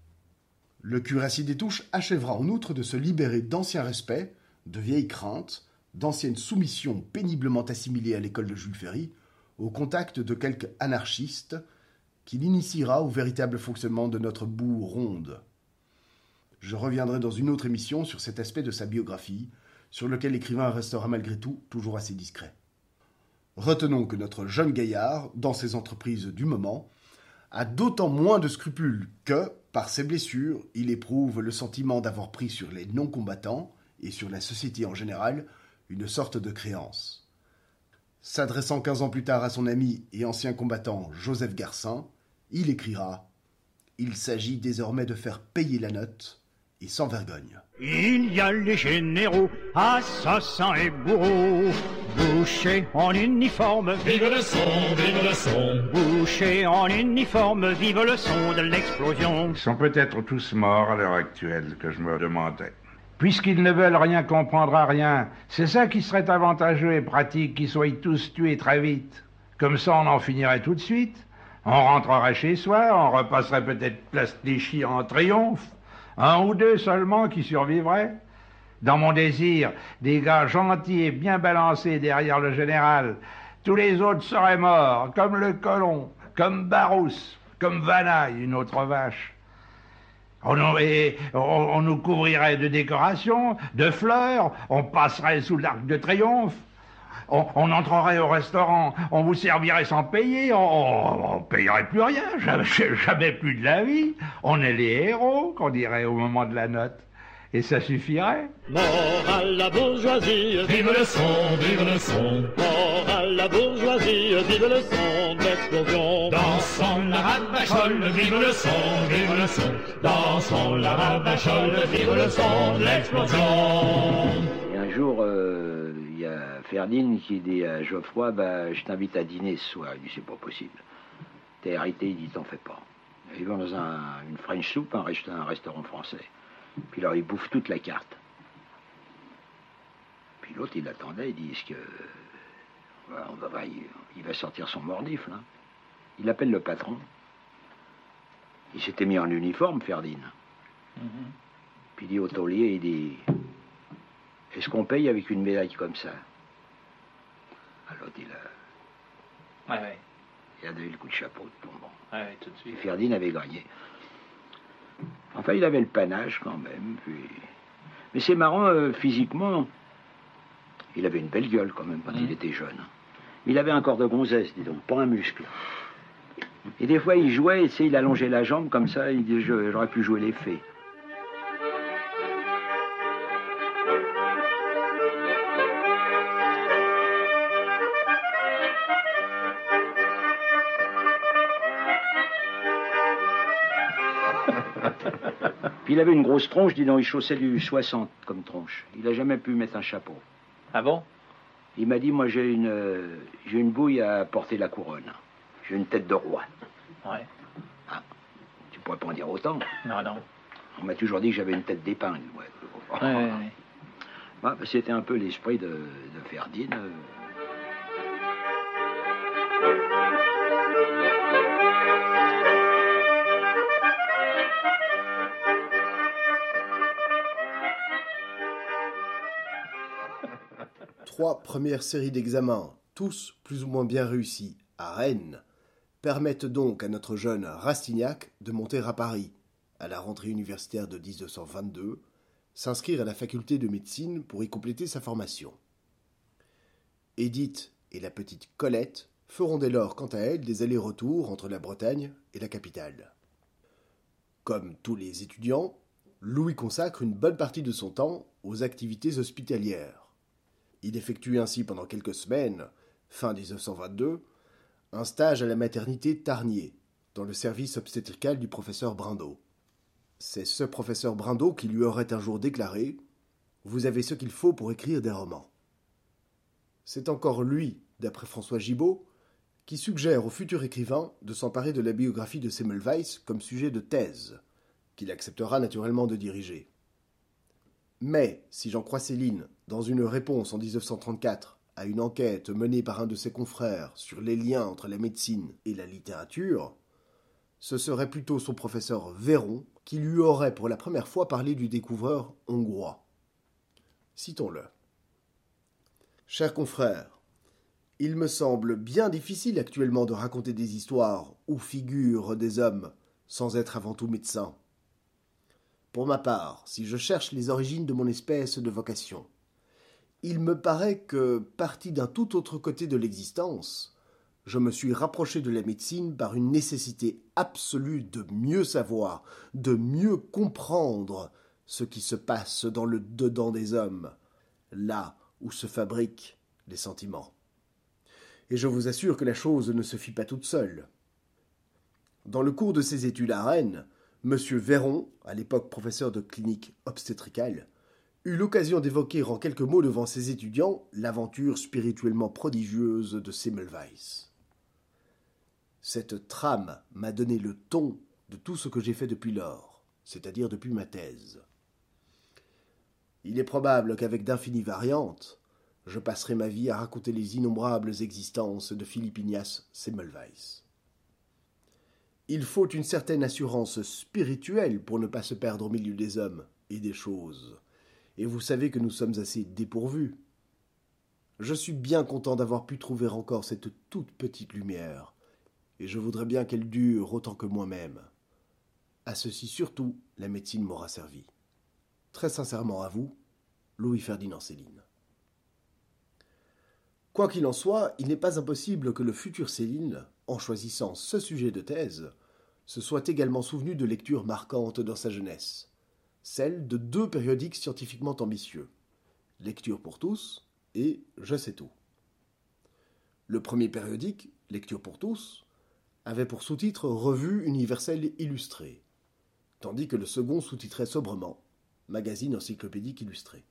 Le cuirassier des Touches achèvera en outre de se libérer d'anciens respects, de vieilles craintes, d'anciennes soumissions péniblement assimilées à l'école de Jules Ferry, au contact de quelques anarchistes, qui l'initiera au véritable fonctionnement de notre boue ronde. Je reviendrai dans une autre émission sur cet aspect de sa biographie, sur lequel l'écrivain restera malgré tout toujours assez discret. Retenons que notre jeune gaillard, dans ses entreprises du moment, a d'autant moins de scrupules que, par ses blessures, il éprouve le sentiment d'avoir pris sur les non-combattants, et sur la société en général, une sorte de créance. S'adressant quinze ans plus tard à son ami et ancien combattant Joseph Garcin, il écrira « Il s'agit désormais de faire payer la note, et sans vergogne. » Il y a les généraux, assassins et bourreaux, bouchés en uniforme, vive le son, vive le son. Bouchés en uniforme, vive le son de l'explosion. Ils sont peut-être tous morts à l'heure actuelle, que je me demandais. Puisqu'ils ne veulent rien comprendre à rien, c'est ça qui serait avantageux et pratique, qu'ils soient tous tués très vite. Comme ça, on en finirait tout de suite. On rentrerait chez soi, on repasserait peut-être place Clichy en triomphe. Un ou deux seulement qui survivraient. Dans mon désir, des gars gentils et bien balancés derrière le général. Tous les autres seraient morts, comme le colon, comme Barousse, comme Vanaille, une autre vache. On, et on, on nous couvrirait de décorations, de fleurs, on passerait sous l'arc de triomphe. On, on entrerait au restaurant, on vous servirait sans payer, on, on payerait plus rien, jamais, jamais plus de la vie. On est les héros, qu'on dirait au moment de la note. Et ça suffirait. Mort à la bourgeoisie, vive le son, vive le son. Mort à la bourgeoisie, vive le son de l'explosion. Dansons la rabachole, vive le son, vive le son. Dansons la rabachole, vive le son de l'explosion. Et un jour, euh, il y a Ferdinand qui dit à Geoffroy, bah, je t'invite à dîner ce soir. Il dit, c'est pas possible. T'es arrêté, il dit, t'en fais pas. Ils vont dans un, une French soup, un, rest un restaurant français. Puis là, il bouffe toute la carte. Puis l'autre, il attendait, il dit, est-ce que... On va, on va, il, il va sortir son mordif, là. Il appelle le patron. Il s'était mis en uniforme, Ferdinand. Mm-hmm. Puis il dit au taulier, il dit, est-ce qu'on paye avec une médaille comme ça? Alors il a... Ouais, ouais. Il a donné le coup de chapeau de plomb. Ouais, ouais, tout de suite. Et Ferdinand avait gagné. Enfin, il avait le panache quand même. Puis... Mais c'est marrant, euh, physiquement, il avait une belle gueule quand même quand mmh. il était jeune. Il avait un corps de gonzesse, dis donc, pas un muscle. Et des fois, il jouait, et, tu sais, il allongeait la jambe comme ça, il disait, j'aurais pu jouer les fées. Puis il avait une grosse tronche, dis donc, il chaussait du soixante comme tronche. Il n'a jamais pu mettre un chapeau. Ah bon? Il m'a dit, moi j'ai une, euh, j'ai une bouille à porter la couronne. J'ai une tête de roi. Ouais. Ah, tu pourrais pas en dire autant. Non, non. On m'a toujours dit que j'avais une tête d'épingle. Ouais, ouais, ouais, ouais. Bah, c'était un peu l'esprit de, de Ferdinand. Trois premières séries d'examens, tous plus ou moins bien réussis, à Rennes, permettent donc à notre jeune Rastignac de monter à Paris, à la rentrée universitaire de dix-neuf cent vingt-deux, s'inscrire à la faculté de médecine pour y compléter sa formation. Édith et la petite Colette feront dès lors, quant à elles, des allers-retours entre la Bretagne et la capitale. Comme tous les étudiants, Louis consacre une bonne partie de son temps aux activités hospitalières. Il effectue ainsi pendant quelques semaines, fin dix-neuf cent vingt-deux, un stage à la maternité Tarnier, dans le service obstétrical du professeur Brindot. C'est ce professeur Brindot qui lui aurait un jour déclaré « vous avez ce qu'il faut pour écrire des romans. C'est encore lui, d'après François Gibault, qui suggère au futur écrivain de s'emparer de la biographie de Semmelweis comme sujet de thèse, qu'il acceptera naturellement de diriger. Mais, si j'en crois Céline, dans une réponse en dix-neuf cent trente-quatre à une enquête menée par un de ses confrères sur les liens entre la médecine et la littérature, ce serait plutôt son professeur Véron qui lui aurait pour la première fois parlé du découvreur hongrois. Citons-le. Chers confrères, il me semble bien difficile actuellement de raconter des histoires où figurent des hommes sans être avant tout médecins. Pour ma part, si je cherche les origines de mon espèce de vocation, il me paraît que, parti d'un tout autre côté de l'existence, je me suis rapproché de la médecine par une nécessité absolue de mieux savoir, de mieux comprendre ce qui se passe dans le dedans des hommes, là où se fabriquent les sentiments. Et je vous assure que la chose ne se fit pas toute seule. Dans le cours de ses études à Rennes, M. Véron, à l'époque professeur de clinique obstétricale, eut l'occasion d'évoquer en quelques mots devant ses étudiants l'aventure spirituellement prodigieuse de Semmelweis. Cette trame m'a donné le ton de tout ce que j'ai fait depuis lors, c'est-à-dire depuis ma thèse. Il est probable qu'avec d'infinies variantes, je passerai ma vie à raconter les innombrables existences de Philippe Ignace Semmelweis. Il faut une certaine assurance spirituelle pour ne pas se perdre au milieu des hommes et des choses, et vous savez que nous sommes assez dépourvus. Je suis bien content d'avoir pu trouver encore cette toute petite lumière, et je voudrais bien qu'elle dure autant que moi-même. À ceci surtout, la médecine m'aura servi. Très sincèrement à vous, Louis-Ferdinand Céline. Quoi qu'il en soit, il n'est pas impossible que le futur Céline, en choisissant ce sujet de thèse, se soit également souvenu de lectures marquantes dans sa jeunesse, celles de deux périodiques scientifiquement ambitieux, Lecture pour tous et Je sais tout. Le premier périodique, Lecture pour tous, avait pour sous-titre Revue universelle illustrée, tandis que le second sous-titrait sobrement Magazine encyclopédique illustré.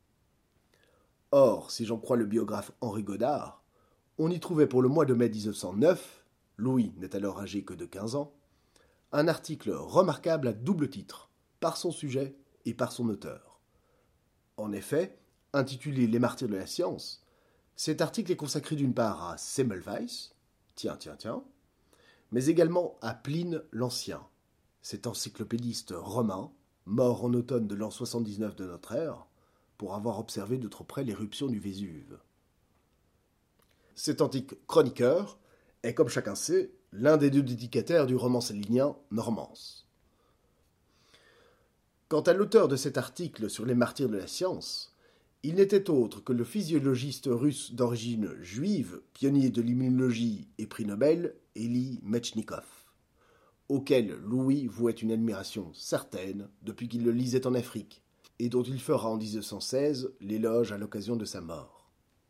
Or, si j'en crois le biographe Henri Godard, on y trouvait pour le mois de mai dix-neuf cent neuf, Louis n'est alors âgé que de quinze ans, un article remarquable à double titre, par son sujet et par son auteur. En effet, intitulé Les martyrs de la science, cet article est consacré d'une part à Semmelweis, tiens, tiens, tiens, mais également à Pline l'Ancien, cet encyclopédiste romain, mort en automne de l'an soixante-dix-neuf de notre ère, pour avoir observé de trop près l'éruption du Vésuve. Cet antique chroniqueur est, comme chacun sait, l'un des deux dédicataires du roman célinien Normance. Quant à l'auteur de cet article sur les martyrs de la science, il n'était autre que le physiologiste russe d'origine juive, pionnier de l'immunologie et prix Nobel, Elie Metchnikov, auquel Louis vouait une admiration certaine depuis qu'il le lisait en Afrique, et dont il fera en dix-neuf cent seize l'éloge à l'occasion de sa mort.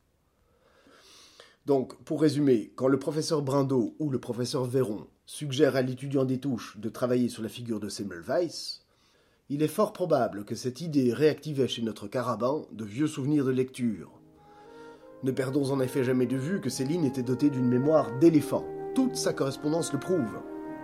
Donc, pour résumer, quand le professeur Brindot ou le professeur Véron suggèrent à l'étudiant des Touches de travailler sur la figure de Semmelweis, il est fort probable que cette idée réactivait chez notre carabin de vieux souvenirs de lecture. Ne perdons en effet jamais de vue que Céline était dotée d'une mémoire d'éléphant. Toute sa correspondance le prouve.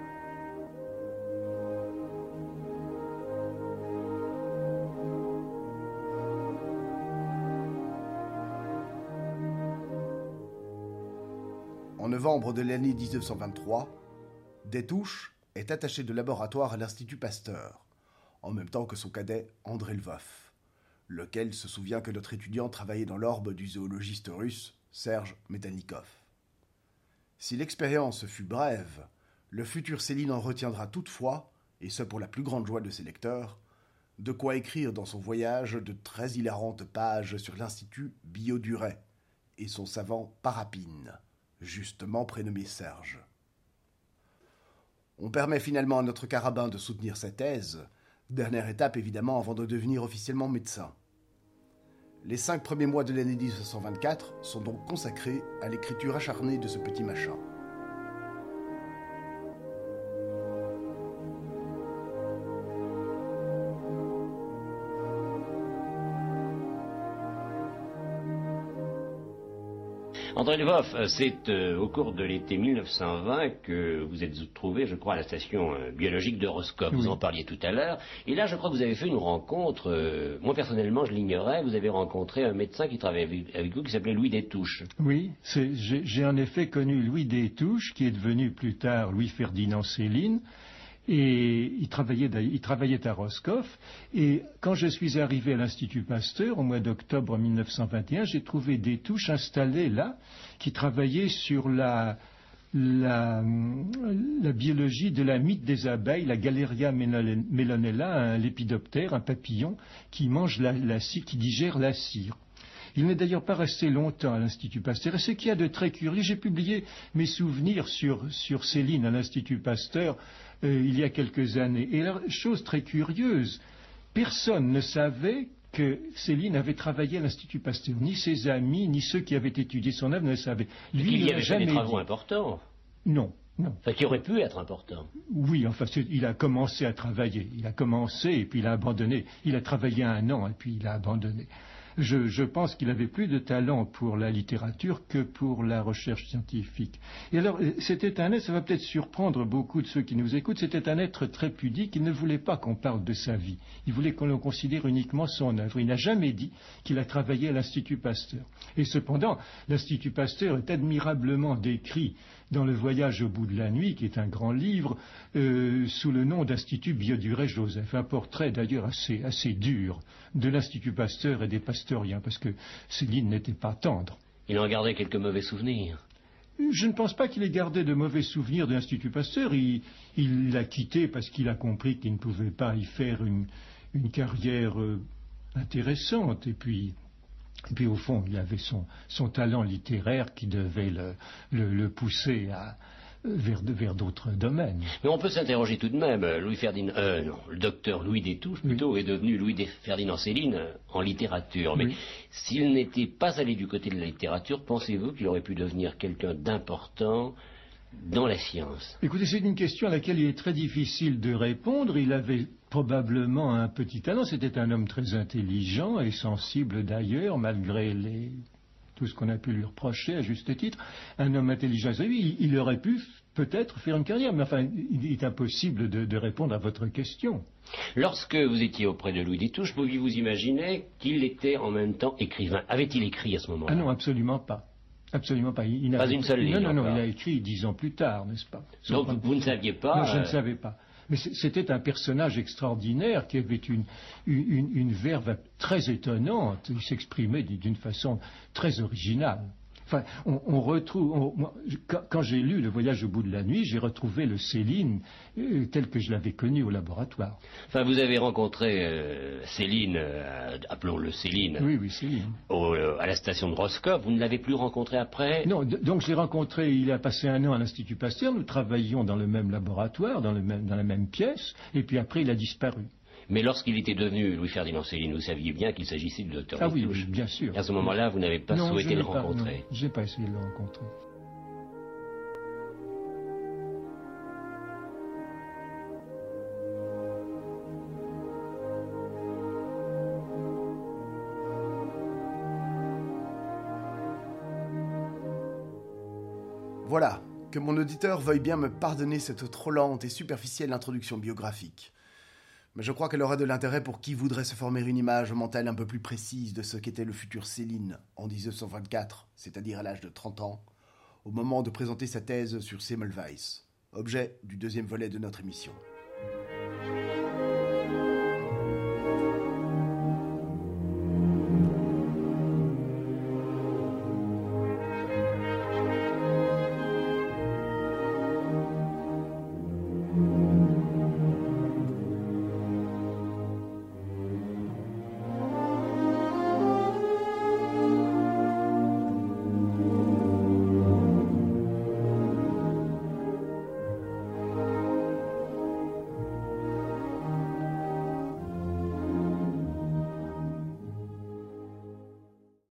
En novembre de l'année dix-neuf cent vingt-trois, Destouches est attaché de laboratoire à l'Institut Pasteur, en même temps que son cadet André Lvov, lequel se souvient que notre étudiant travaillait dans l'orbe du zoologiste russe Serge Metalnikov. Si l'expérience fut brève, le futur Céline en retiendra toutefois, et ce pour la plus grande joie de ses lecteurs, de quoi écrire dans son voyage de très hilarantes pages sur l'Institut Bioduret et son savant Parapine, justement prénommé Serge. On permet finalement à notre carabin de soutenir sa thèse, dernière étape évidemment avant de devenir officiellement médecin. Les cinq premiers mois de l'année dix-neuf cent vingt-quatre sont donc consacrés à l'écriture acharnée de ce petit machin. André Lvov, c'est euh, au cours de l'été mille neuf cent vingt que vous êtes trouvé, je crois, à la station euh, biologique de Roscoff. Oui. Vous en parliez tout à l'heure. Et là, je crois que vous avez fait une rencontre. Euh, moi, personnellement, je l'ignorais. Vous avez rencontré un médecin qui travaillait avec, avec vous, qui s'appelait Louis Destouches. Oui, j'ai, j'ai en effet connu Louis Destouches, qui est devenu plus tard Louis-Ferdinand Céline. Et il travaillait, il travaillait à Roscoff. Et quand je suis arrivé à l'Institut Pasteur, au mois d'octobre mille neuf cent vingt et un, j'ai trouvé Destouches installé là, qui travaillait sur la, la, la biologie de la mythe des abeilles, la Galeria melonella, un lépidoptère, un papillon, qui mange la, la cire, qui digère la cire. Il n'est d'ailleurs pas resté longtemps à l'Institut Pasteur. Et ce qu'il y a de très curieux, j'ai publié mes souvenirs sur, sur Céline à l'Institut Pasteur euh, il y a quelques années. Et la chose très curieuse, personne ne savait que Céline avait travaillé à l'Institut Pasteur. Ni ses amis, ni ceux qui avaient étudié son œuvre ne le savaient. Lui, il y avait jamais des travaux dit. importants. Non. Non. Enfin, qui aurait pu être important. Oui, enfin, il a commencé à travailler. Il a commencé et puis il a abandonné. Il a travaillé un an et puis il a abandonné. Je, je pense qu'il avait plus de talent pour la littérature que pour la recherche scientifique. Et alors, c'était un être, ça va peut-être surprendre beaucoup de ceux qui nous écoutent, c'était un être très pudique, il ne voulait pas qu'on parle de sa vie. Il voulait qu'on considère uniquement son œuvre. Il n'a jamais dit qu'il a travaillé à l'Institut Pasteur. Et cependant, l'Institut Pasteur est admirablement décrit dans Le Voyage au bout de la nuit, qui est un grand livre, euh, sous le nom d'Institut Bioduré-Joseph. Un portrait d'ailleurs assez, assez dur de l'Institut Pasteur et des pasteuriens, parce que Céline n'était pas tendre. Il en gardait quelques mauvais souvenirs. Je ne pense pas qu'il ait gardé de mauvais souvenirs de l'Institut Pasteur. Il, il l'a quitté parce qu'il a compris qu'il ne pouvait pas y faire une, une carrière euh, intéressante. Et puis... Et puis au fond, il avait son, son talent littéraire qui devait le, le, le pousser à, vers, vers d'autres domaines. Mais on peut s'interroger tout de même. Louis Ferdinand, euh, non, le docteur Louis Destouches plutôt oui. est devenu Louis Ferdinand Céline en littérature. Mais oui. s'il n'était pas allé du côté de la littérature, pensez-vous qu'il aurait pu devenir quelqu'un d'important dans la science? Écoutez, c'est une question à laquelle il est très difficile de répondre. Il avait probablement un petit talent. C'était un homme très intelligent et sensible d'ailleurs, malgré les... tout ce qu'on a pu lui reprocher à juste titre. Un homme intelligent, il, il aurait pu peut-être faire une carrière, mais enfin, il est impossible de, de répondre à votre question. Lorsque vous étiez auprès de Louis Destouches, pouviez-vous imaginer qu'il était en même temps écrivain? Avait-il écrit à ce moment-là? Ah non, absolument pas. Absolument pas. Il pas une seule ligne. Non, non, non, il a écrit dix ans plus tard, n'est-ce pas? Donc vous, vous ne saviez pas? Non, je euh... ne savais pas. Mais c'était un personnage extraordinaire qui avait une, une, une verve très étonnante. Il s'exprimait d'une façon très originale. Enfin, on, on retrouve. On, moi, quand, quand j'ai lu Le Voyage au bout de la nuit, j'ai retrouvé le Céline euh, tel que je l'avais connu au laboratoire. Enfin, vous avez rencontré euh, Céline, euh, appelons-le Céline. Oui, oui, Céline. Au, euh, à la station de Roscoff. Vous ne l'avez plus rencontré après? Non, d- donc je l'ai rencontré. Il a passé un an à l'Institut Pasteur. Nous travaillions dans le même laboratoire, dans, le même, dans la même pièce. Et puis après, il a disparu. Mais lorsqu'il était devenu Louis-Ferdinand Céline, vous saviez bien qu'il s'agissait du docteur Ah Destouches. oui, bien sûr. À ce moment-là, vous n'avez pas non, souhaité le pas, rencontrer. Je n'ai pas essayé de le rencontrer. Voilà, que mon auditeur veuille bien me pardonner cette trop lente et superficielle introduction biographique. Mais je crois qu'elle aura de l'intérêt pour qui voudrait se former une image mentale un peu plus précise de ce qu'était le futur Céline en dix-neuf cent vingt-quatre, c'est-à-dire à l'âge de trente ans, au moment de présenter sa thèse sur Semmelweis, objet du deuxième volet de notre émission.